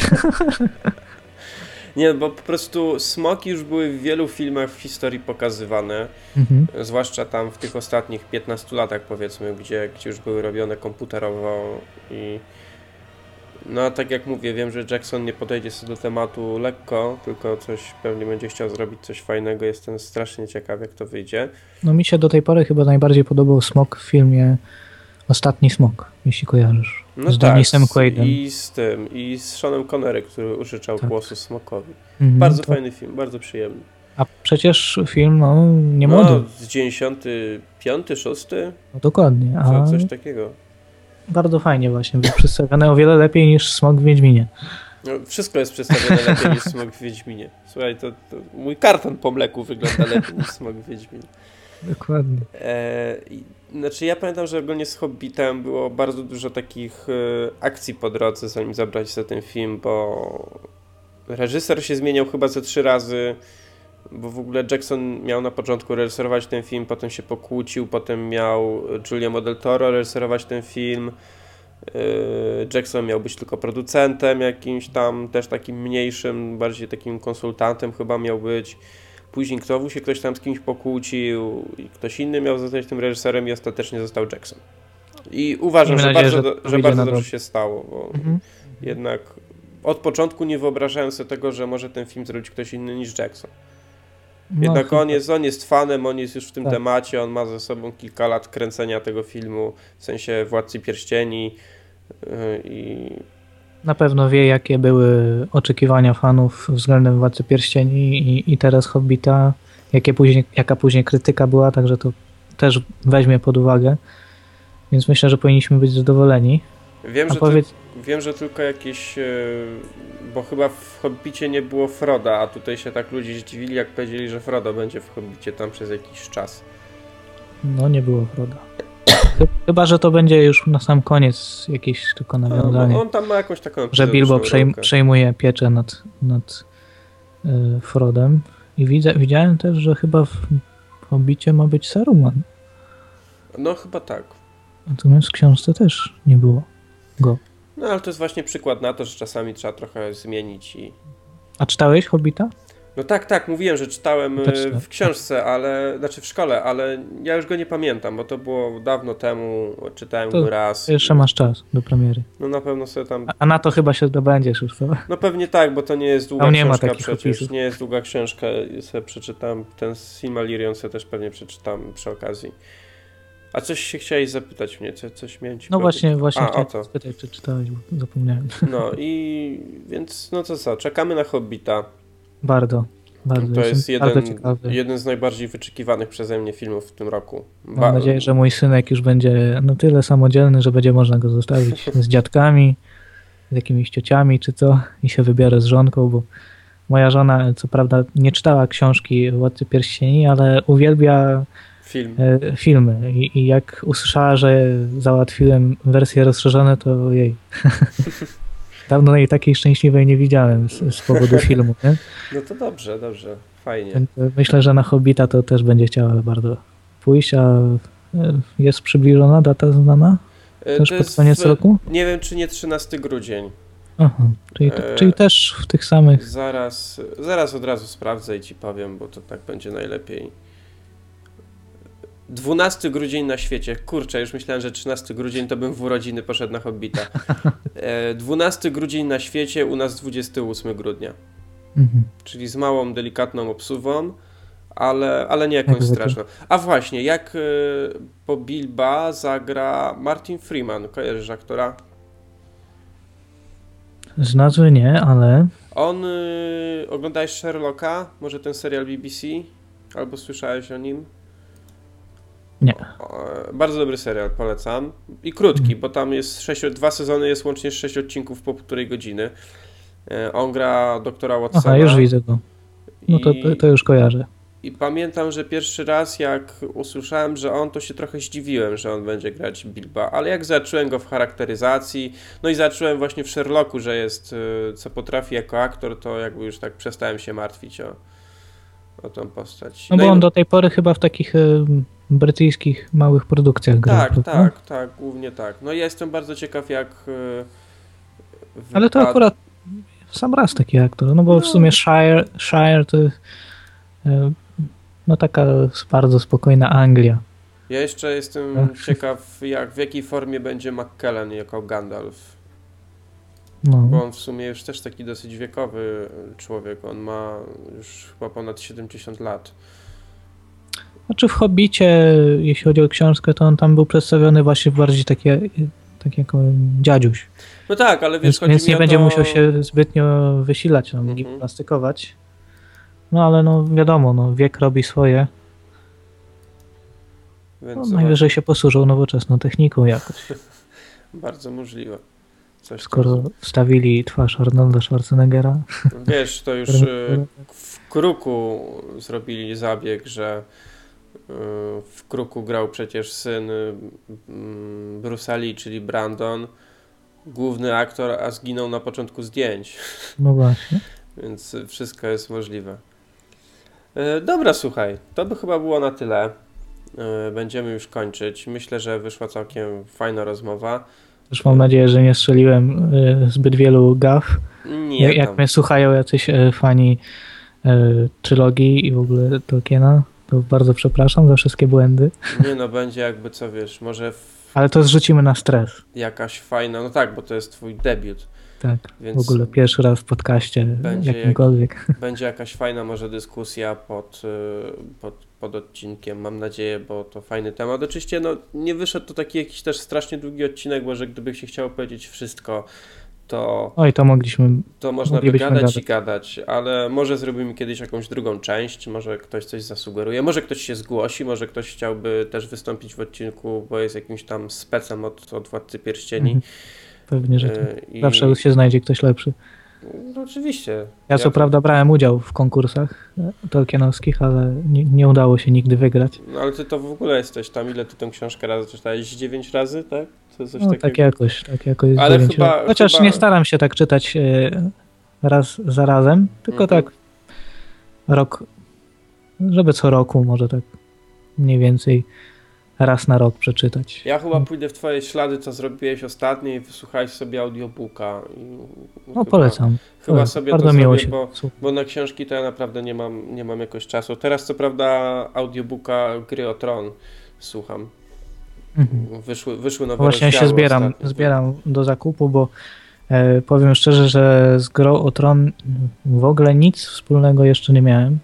[SPEAKER 1] Nie, bo po prostu smoki już były w wielu filmach w historii pokazywane, mhm. zwłaszcza tam w tych ostatnich piętnastu latach powiedzmy, gdzie, gdzie już były robione komputerowo i No a tak jak mówię, wiem, że Jackson nie podejdzie sobie do tematu lekko, tylko coś pewnie będzie chciał zrobić coś fajnego. Jestem strasznie ciekaw, jak to wyjdzie.
[SPEAKER 2] No mi się do tej pory chyba najbardziej podobał smok w filmie Ostatni Smok, jeśli kojarzysz.
[SPEAKER 1] No
[SPEAKER 2] z
[SPEAKER 1] tak,
[SPEAKER 2] Denisem Quaidem.
[SPEAKER 1] i z tym, i z Seanem Connery, który użyczał
[SPEAKER 2] tak.
[SPEAKER 1] głosu smokowi.
[SPEAKER 2] Mhm,
[SPEAKER 1] bardzo
[SPEAKER 2] to...
[SPEAKER 1] fajny film, bardzo przyjemny.
[SPEAKER 2] A przecież film, no, nie młody.
[SPEAKER 1] No, z dziewięćdziesiąty piąty, szósty?
[SPEAKER 2] No dokładnie. A...
[SPEAKER 1] Co, coś takiego.
[SPEAKER 2] Bardzo fajnie właśnie, był przedstawiony o wiele lepiej niż Smok w Wiedźminie.
[SPEAKER 1] No, wszystko jest przedstawione lepiej niż Smok w Wiedźminie. Słuchaj, to, to mój karton po mleku wygląda lepiej niż Smok w Wiedźminie.
[SPEAKER 2] Dokładnie.
[SPEAKER 1] E, i, znaczy ja pamiętam, że ogólnie z Hobbitem było bardzo dużo takich e, akcji po drodze, zanim zabrać się za ten film, bo reżyser się zmieniał chyba ze trzy razy, bo w ogóle Jackson miał na początku reżyserować ten film, potem się pokłócił, potem miał Guillermo del Toro reżyserować ten film. Jackson miał być tylko producentem jakimś tam, też takim mniejszym, bardziej takim konsultantem chyba miał być. Później znowu się ktoś tam z kimś pokłócił i ktoś inny miał zostać tym reżyserem i ostatecznie został Jackson. I uważam, że
[SPEAKER 2] nadzieję,
[SPEAKER 1] bardzo,
[SPEAKER 2] że,
[SPEAKER 1] do, że bardzo dobrze się stało, bo
[SPEAKER 2] mhm.
[SPEAKER 1] jednak od początku nie wyobrażałem sobie tego, że może ten film zrobić ktoś inny niż Jackson. Jednak no, on, jest, on jest fanem, on jest już w tym tak. temacie, on ma ze sobą kilka lat kręcenia tego filmu, w sensie Władcy Pierścieni yy, i...
[SPEAKER 2] Na pewno wie, jakie były oczekiwania fanów względem Władcy Pierścieni i, i teraz Hobbita, jakie później, jaka później krytyka była, także to też weźmie pod uwagę, więc myślę, że powinniśmy być zadowoleni.
[SPEAKER 1] Wiem, że, powiedz... ty, wiem że tylko jakieś, bo chyba w Hobbicie nie było Froda, a tutaj się tak ludzie zdziwili, jak powiedzieli, że Frodo będzie w Hobbicie tam przez jakiś czas.
[SPEAKER 2] No nie było Froda. Chyba, że to będzie już na sam koniec jakieś tylko nawiązanie.
[SPEAKER 1] No, on tam ma jakąś taką...
[SPEAKER 2] Że Bilbo przejm przejmuje pieczę nad, nad y, Frodem. I widzę, widziałem też, że chyba w Hobbicie ma być Saruman.
[SPEAKER 1] No chyba tak.
[SPEAKER 2] Natomiast w książce też nie było go.
[SPEAKER 1] No ale to jest właśnie przykład na to, że czasami trzeba trochę zmienić i...
[SPEAKER 2] A czytałeś Hobbita?
[SPEAKER 1] No tak, tak, mówiłem, że czytałem w książce, ale, znaczy w szkole, ale ja już go nie pamiętam, bo to było dawno temu, czytałem
[SPEAKER 2] to
[SPEAKER 1] go raz.
[SPEAKER 2] Jeszcze masz czas do premiery.
[SPEAKER 1] No na pewno sobie tam...
[SPEAKER 2] A na to chyba się zdobędziesz już, co?
[SPEAKER 1] No pewnie tak, bo to nie jest długa
[SPEAKER 2] nie
[SPEAKER 1] książka
[SPEAKER 2] ma
[SPEAKER 1] przecież,
[SPEAKER 2] opisów.
[SPEAKER 1] nie jest długa książka, sobie przeczytam, ten Silmarillion sobie też pewnie przeczytam przy okazji. A coś się chciałeś zapytać mnie, co, coś miałem ci
[SPEAKER 2] No
[SPEAKER 1] powiedzieć.
[SPEAKER 2] właśnie, właśnie
[SPEAKER 1] A,
[SPEAKER 2] chciałem
[SPEAKER 1] o to.
[SPEAKER 2] spytać, czy czytałeś, bo zapomniałem.
[SPEAKER 1] No i więc, no to co, czekamy na Hobbita.
[SPEAKER 2] Bardzo. Bardzo.
[SPEAKER 1] To jest jeden,
[SPEAKER 2] ciekawy.
[SPEAKER 1] jeden z najbardziej wyczekiwanych przeze mnie filmów w tym roku.
[SPEAKER 2] Mam ba nadzieję, że mój synek już będzie no tyle samodzielny, że będzie można go zostawić z dziadkami, z jakimiś ciociami czy co i się wybiorę z żonką, bo moja żona co prawda nie czytała książki Władcy Pierścieni, ale uwielbia
[SPEAKER 1] Film.
[SPEAKER 2] e, filmy I, i jak usłyszała, że załatwiłem wersje rozszerzone, to jej... Dawno jej takiej szczęśliwej nie widziałem z, z powodu filmu, nie?
[SPEAKER 1] No to dobrze, dobrze, fajnie.
[SPEAKER 2] Myślę, że na Hobbita to też będzie chciała bardzo pójść, a jest przybliżona data znana? Też
[SPEAKER 1] to
[SPEAKER 2] pod koniec
[SPEAKER 1] w,
[SPEAKER 2] roku?
[SPEAKER 1] Nie wiem, czy nie trzynasty grudzień.
[SPEAKER 2] Aha, czyli, to, czyli też w tych samych...
[SPEAKER 1] Zaraz, zaraz od razu sprawdzę i ci powiem, bo to tak będzie najlepiej. dwunasty grudzień na świecie. Kurczę, już myślałem, że trzynasty grudzień to bym w urodziny poszedł na Hobbita. dwunasty grudzień na świecie, u nas dwudziestego ósmego grudnia. Mhm. Czyli z małą, delikatną obsuwą, ale, ale nie jakąś jak straszną. A właśnie, jak y, po Bilba zagra Martin Freeman. Kojarzysz aktora?
[SPEAKER 2] Z nazwy nie, ale...
[SPEAKER 1] On... Y, oglądałeś Sherlocka? Może ten serial B B C? Albo słyszałeś o nim?
[SPEAKER 2] Nie.
[SPEAKER 1] Bardzo dobry serial, polecam. I krótki, mm. bo tam jest sześć, dwa sezony, jest łącznie sześć odcinków po półtorej godziny. On gra doktora Watsona.
[SPEAKER 2] Aha, już widzę go. No to, to, to już kojarzę.
[SPEAKER 1] I pamiętam, że pierwszy raz jak usłyszałem, że on, to się trochę zdziwiłem, że on będzie grać Bilba, ale jak zacząłem go w charakteryzacji, no i zacząłem właśnie w Sherlocku, że jest, co potrafi jako aktor, to jakby już tak przestałem się martwić o, o tą postać.
[SPEAKER 2] No, no bo on i... do tej pory chyba w takich y, brytyjskich małych produkcjach gra.
[SPEAKER 1] Tak, prawda? tak, tak, głównie tak. No ja jestem bardzo ciekaw, jak... Y,
[SPEAKER 2] ale to akurat w sam raz taki aktor, no bo no. w sumie Shire, Shire to y, no taka bardzo spokojna Anglia.
[SPEAKER 1] Ja jeszcze jestem ciekaw, jak, w jakiej formie będzie McKellen jako Gandalf.
[SPEAKER 2] No.
[SPEAKER 1] Bo on w sumie już też taki dosyć wiekowy człowiek. On ma już chyba ponad siedemdziesiąt lat.
[SPEAKER 2] Znaczy w Hobbicie, jeśli chodzi o książkę, to on tam był przedstawiony właśnie bardziej takie, tak jako dziadziuś.
[SPEAKER 1] No tak, ale wiesz,
[SPEAKER 2] Więc,
[SPEAKER 1] chodzi
[SPEAKER 2] więc
[SPEAKER 1] mi
[SPEAKER 2] nie
[SPEAKER 1] o
[SPEAKER 2] będzie
[SPEAKER 1] to...
[SPEAKER 2] musiał się zbytnio wysilać, tam,
[SPEAKER 1] Mhm.
[SPEAKER 2] gimnastykować. No ale no wiadomo, no, wiek robi swoje.
[SPEAKER 1] Więc
[SPEAKER 2] No, najwyżej się posłużył nowoczesną techniką jakoś.
[SPEAKER 1] Bardzo możliwe. Coś
[SPEAKER 2] Skoro
[SPEAKER 1] tam...
[SPEAKER 2] wstawili twarz Arnolda Schwarzeneggera.
[SPEAKER 1] Wiesz, to już y, w Kruku zrobili zabieg, że y, w Kruku grał przecież syn y, Bruce'a Lee, czyli Brandon, główny aktor, a zginął na początku zdjęć.
[SPEAKER 2] No właśnie.
[SPEAKER 1] Więc wszystko jest możliwe. Y, dobra, słuchaj, to by chyba było na tyle. Y, będziemy już kończyć. Myślę, że wyszła całkiem fajna rozmowa.
[SPEAKER 2] Już mam nadzieję, że nie strzeliłem y, zbyt wielu gaf.
[SPEAKER 1] Nie,
[SPEAKER 2] jak jak mnie słuchają jacyś y, fani y, trylogii i w ogóle Tolkiena, to bardzo przepraszam za wszystkie błędy.
[SPEAKER 1] Nie no, będzie jakby co, wiesz, może w...
[SPEAKER 2] Ale to zrzucimy na stres.
[SPEAKER 1] Jakaś fajna, no tak, bo to jest twój debiut.
[SPEAKER 2] Tak,
[SPEAKER 1] Więc
[SPEAKER 2] w ogóle pierwszy raz w podcaście
[SPEAKER 1] będzie
[SPEAKER 2] jakimkolwiek.
[SPEAKER 1] Jak, będzie jakaś fajna może dyskusja pod, pod, pod odcinkiem, mam nadzieję, bo to fajny temat. Oczywiście no, nie wyszedł to taki jakiś też strasznie długi odcinek, bo że gdyby się chciało powiedzieć wszystko, to...
[SPEAKER 2] Oj, to mogliśmy...
[SPEAKER 1] To można by gadać, gadać i gadać, ale może zrobimy kiedyś jakąś drugą część, może ktoś coś zasugeruje, może ktoś się zgłosi, może ktoś chciałby też wystąpić w odcinku, bo jest jakimś tam specem od, od Władcy Pierścieni.
[SPEAKER 2] Mhm. Pewnie, że tak.
[SPEAKER 1] I...
[SPEAKER 2] Zawsze się znajdzie ktoś lepszy.
[SPEAKER 1] No oczywiście.
[SPEAKER 2] Ja,
[SPEAKER 1] ja
[SPEAKER 2] co
[SPEAKER 1] to...
[SPEAKER 2] prawda brałem udział w konkursach tolkienowskich, ale nie, nie udało się nigdy wygrać.
[SPEAKER 1] No ale ty to w ogóle jesteś tam, ile ty tę książkę razy czytałeś? dziewięć razy, tak? To coś
[SPEAKER 2] no
[SPEAKER 1] takiego?
[SPEAKER 2] tak jakoś, tak jakoś
[SPEAKER 1] ale
[SPEAKER 2] dziewięć
[SPEAKER 1] chyba,
[SPEAKER 2] razy. Chociaż
[SPEAKER 1] chyba...
[SPEAKER 2] nie staram się tak czytać e, raz za razem, tylko
[SPEAKER 1] mhm.
[SPEAKER 2] tak rok, żeby co roku może tak mniej więcej raz na rok przeczytać.
[SPEAKER 1] Ja chyba pójdę w twoje ślady, co zrobiłeś ostatnio i wysłuchałeś sobie audiobooka. I
[SPEAKER 2] no
[SPEAKER 1] chyba,
[SPEAKER 2] polecam.
[SPEAKER 1] Chyba
[SPEAKER 2] polecam.
[SPEAKER 1] sobie
[SPEAKER 2] Bardzo
[SPEAKER 1] to
[SPEAKER 2] miło
[SPEAKER 1] zrobię,
[SPEAKER 2] się
[SPEAKER 1] bo, bo na książki to ja naprawdę nie mam, nie mam jakoś czasu. Teraz co prawda audiobooka Gry o Tron słucham. Mhm. Wyszły, wyszły nowe
[SPEAKER 2] Właśnie się zbieram,
[SPEAKER 1] ostatnio.
[SPEAKER 2] zbieram do zakupu, bo e, powiem szczerze, że z Grą o Tron w ogóle nic wspólnego jeszcze nie miałem.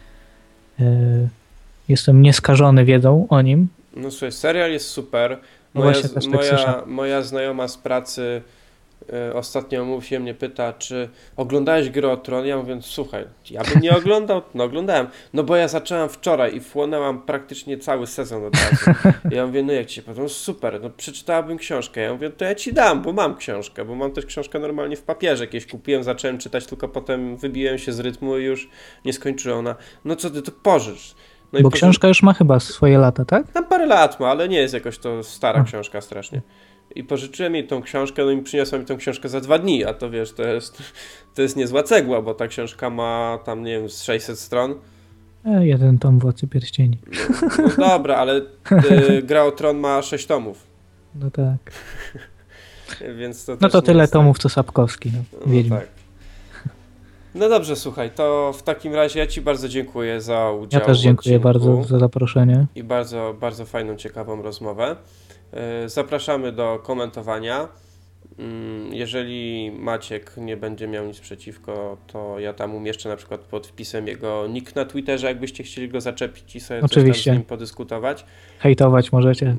[SPEAKER 2] E, jestem nieskażony wiedzą o nim.
[SPEAKER 1] No słuchaj, serial jest super.
[SPEAKER 2] No
[SPEAKER 1] Moja,
[SPEAKER 2] właśnie, też tak
[SPEAKER 1] moja,
[SPEAKER 2] słyszę.
[SPEAKER 1] moja znajoma z pracy y, ostatnio mu się mnie pyta, czy oglądałeś Grę o Tron? Ja mówię, słuchaj, ja bym nie oglądał? No oglądałem. No bo ja zacząłem wczoraj i wchłonęłam praktycznie cały sezon od razu. Ja mówię, no jak ci się podoba? No super, no przeczytałabym książkę. Ja mówię, to ja ci dam, bo mam książkę, bo mam też książkę normalnie w papierze. Jakieś kupiłem, zacząłem czytać, tylko potem wybiłem się z rytmu i już nie skończyłem. Ona, no co ty, to pożycz. No
[SPEAKER 2] Bo
[SPEAKER 1] i
[SPEAKER 2] książka już ma chyba swoje lata, tak?
[SPEAKER 1] Tam parę lat ma, ale nie jest jakoś to stara
[SPEAKER 2] A.
[SPEAKER 1] książka strasznie. I pożyczyłem jej tą książkę, no i przyniosła mi tą książkę za dwa dni, a to wiesz, to jest, to jest niezła cegła, bo ta książka ma tam, nie wiem, z sześćset stron.
[SPEAKER 2] E, jeden tom Władcy Pierścieni.
[SPEAKER 1] No, no dobra, ale y, Gra o Tron ma sześć tomów.
[SPEAKER 2] No tak.
[SPEAKER 1] Więc to
[SPEAKER 2] No to
[SPEAKER 1] też
[SPEAKER 2] tyle
[SPEAKER 1] jest
[SPEAKER 2] tomów, co Sapkowski. No,
[SPEAKER 1] No
[SPEAKER 2] Wiedźmin.
[SPEAKER 1] tak. No dobrze, słuchaj, to w takim razie ja ci bardzo dziękuję za udział
[SPEAKER 2] Ja też
[SPEAKER 1] w
[SPEAKER 2] dziękuję
[SPEAKER 1] odcinku
[SPEAKER 2] bardzo za zaproszenie.
[SPEAKER 1] i bardzo, bardzo fajną, ciekawą rozmowę. Y, Zapraszamy do komentowania. Jeżeli Maciek nie będzie miał nic przeciwko, to ja tam umieszczę na przykład pod wpisem jego nick na Twitterze, jakbyście chcieli go zaczepić i sobie
[SPEAKER 2] Oczywiście.
[SPEAKER 1] coś tam z nim podyskutować.
[SPEAKER 2] Hejtować możecie.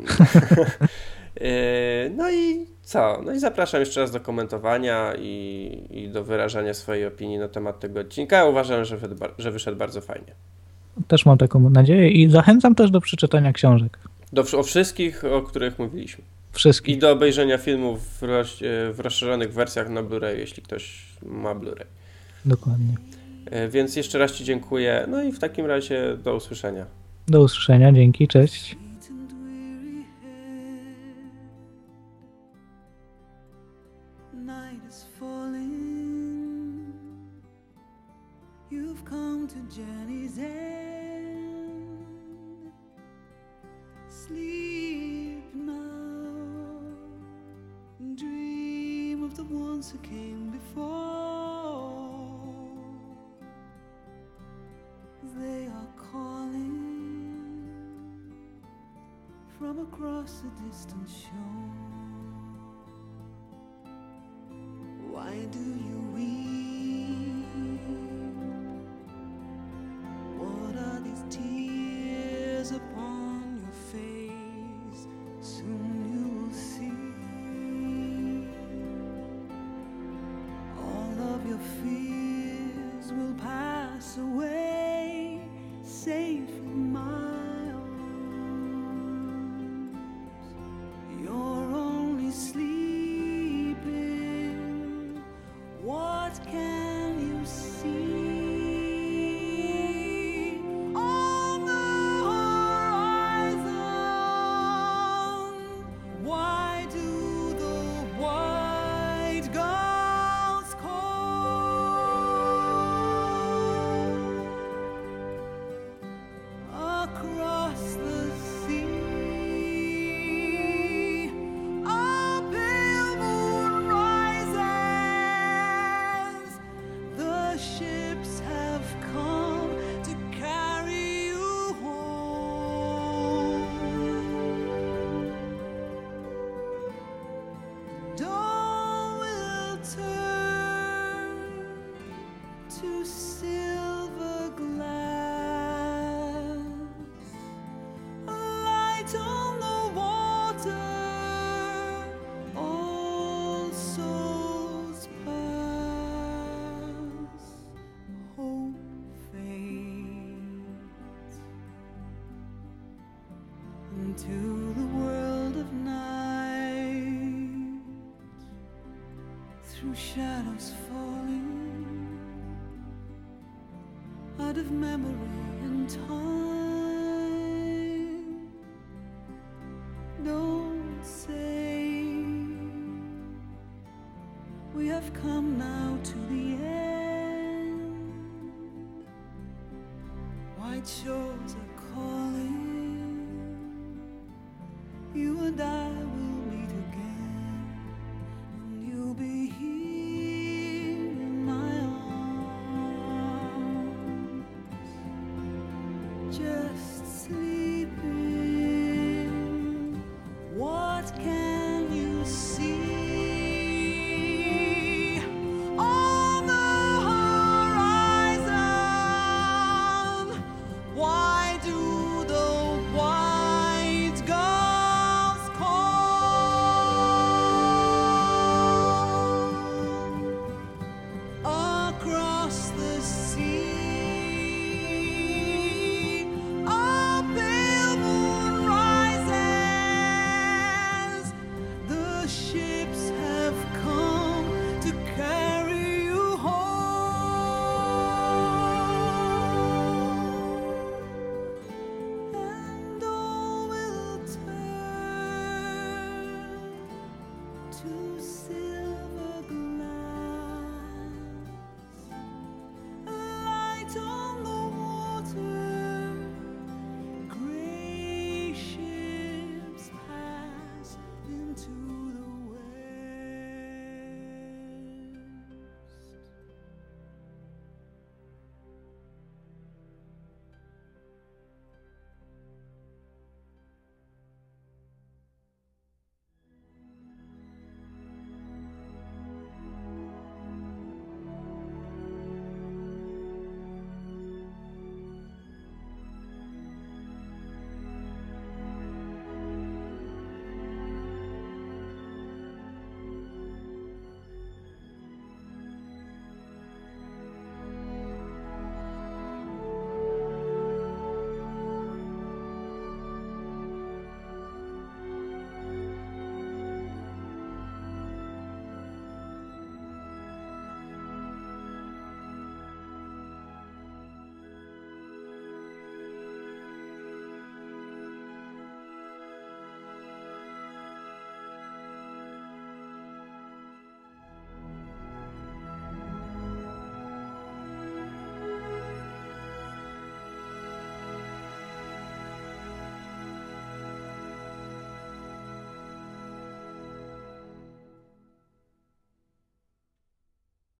[SPEAKER 1] No i co? No i zapraszam jeszcze raz do komentowania i, i do wyrażania swojej opinii na temat tego odcinka. Ja uważam, że, wy, że wyszedł bardzo fajnie.
[SPEAKER 2] Też mam taką nadzieję i zachęcam też do przeczytania książek.
[SPEAKER 1] Do, o wszystkich, o których mówiliśmy.
[SPEAKER 2] Wszystkich.
[SPEAKER 1] I do obejrzenia filmów w, roz, w rozszerzonych wersjach na Blu-ray, jeśli ktoś ma Blu-ray.
[SPEAKER 2] Dokładnie.
[SPEAKER 1] Więc jeszcze raz ci dziękuję. No i w takim razie do usłyszenia.
[SPEAKER 2] Do usłyszenia. Dzięki. Cześć.
[SPEAKER 3] Who came before, they are calling from across a distant shore. Why is upon your face, soon you will see all of your fears will pass away, safe in my arms. You're only sleeping. What can you see? Into the world of night, through shadows falling, out of memory and time. Don't say we have come now to the end. White shores are calling. You and I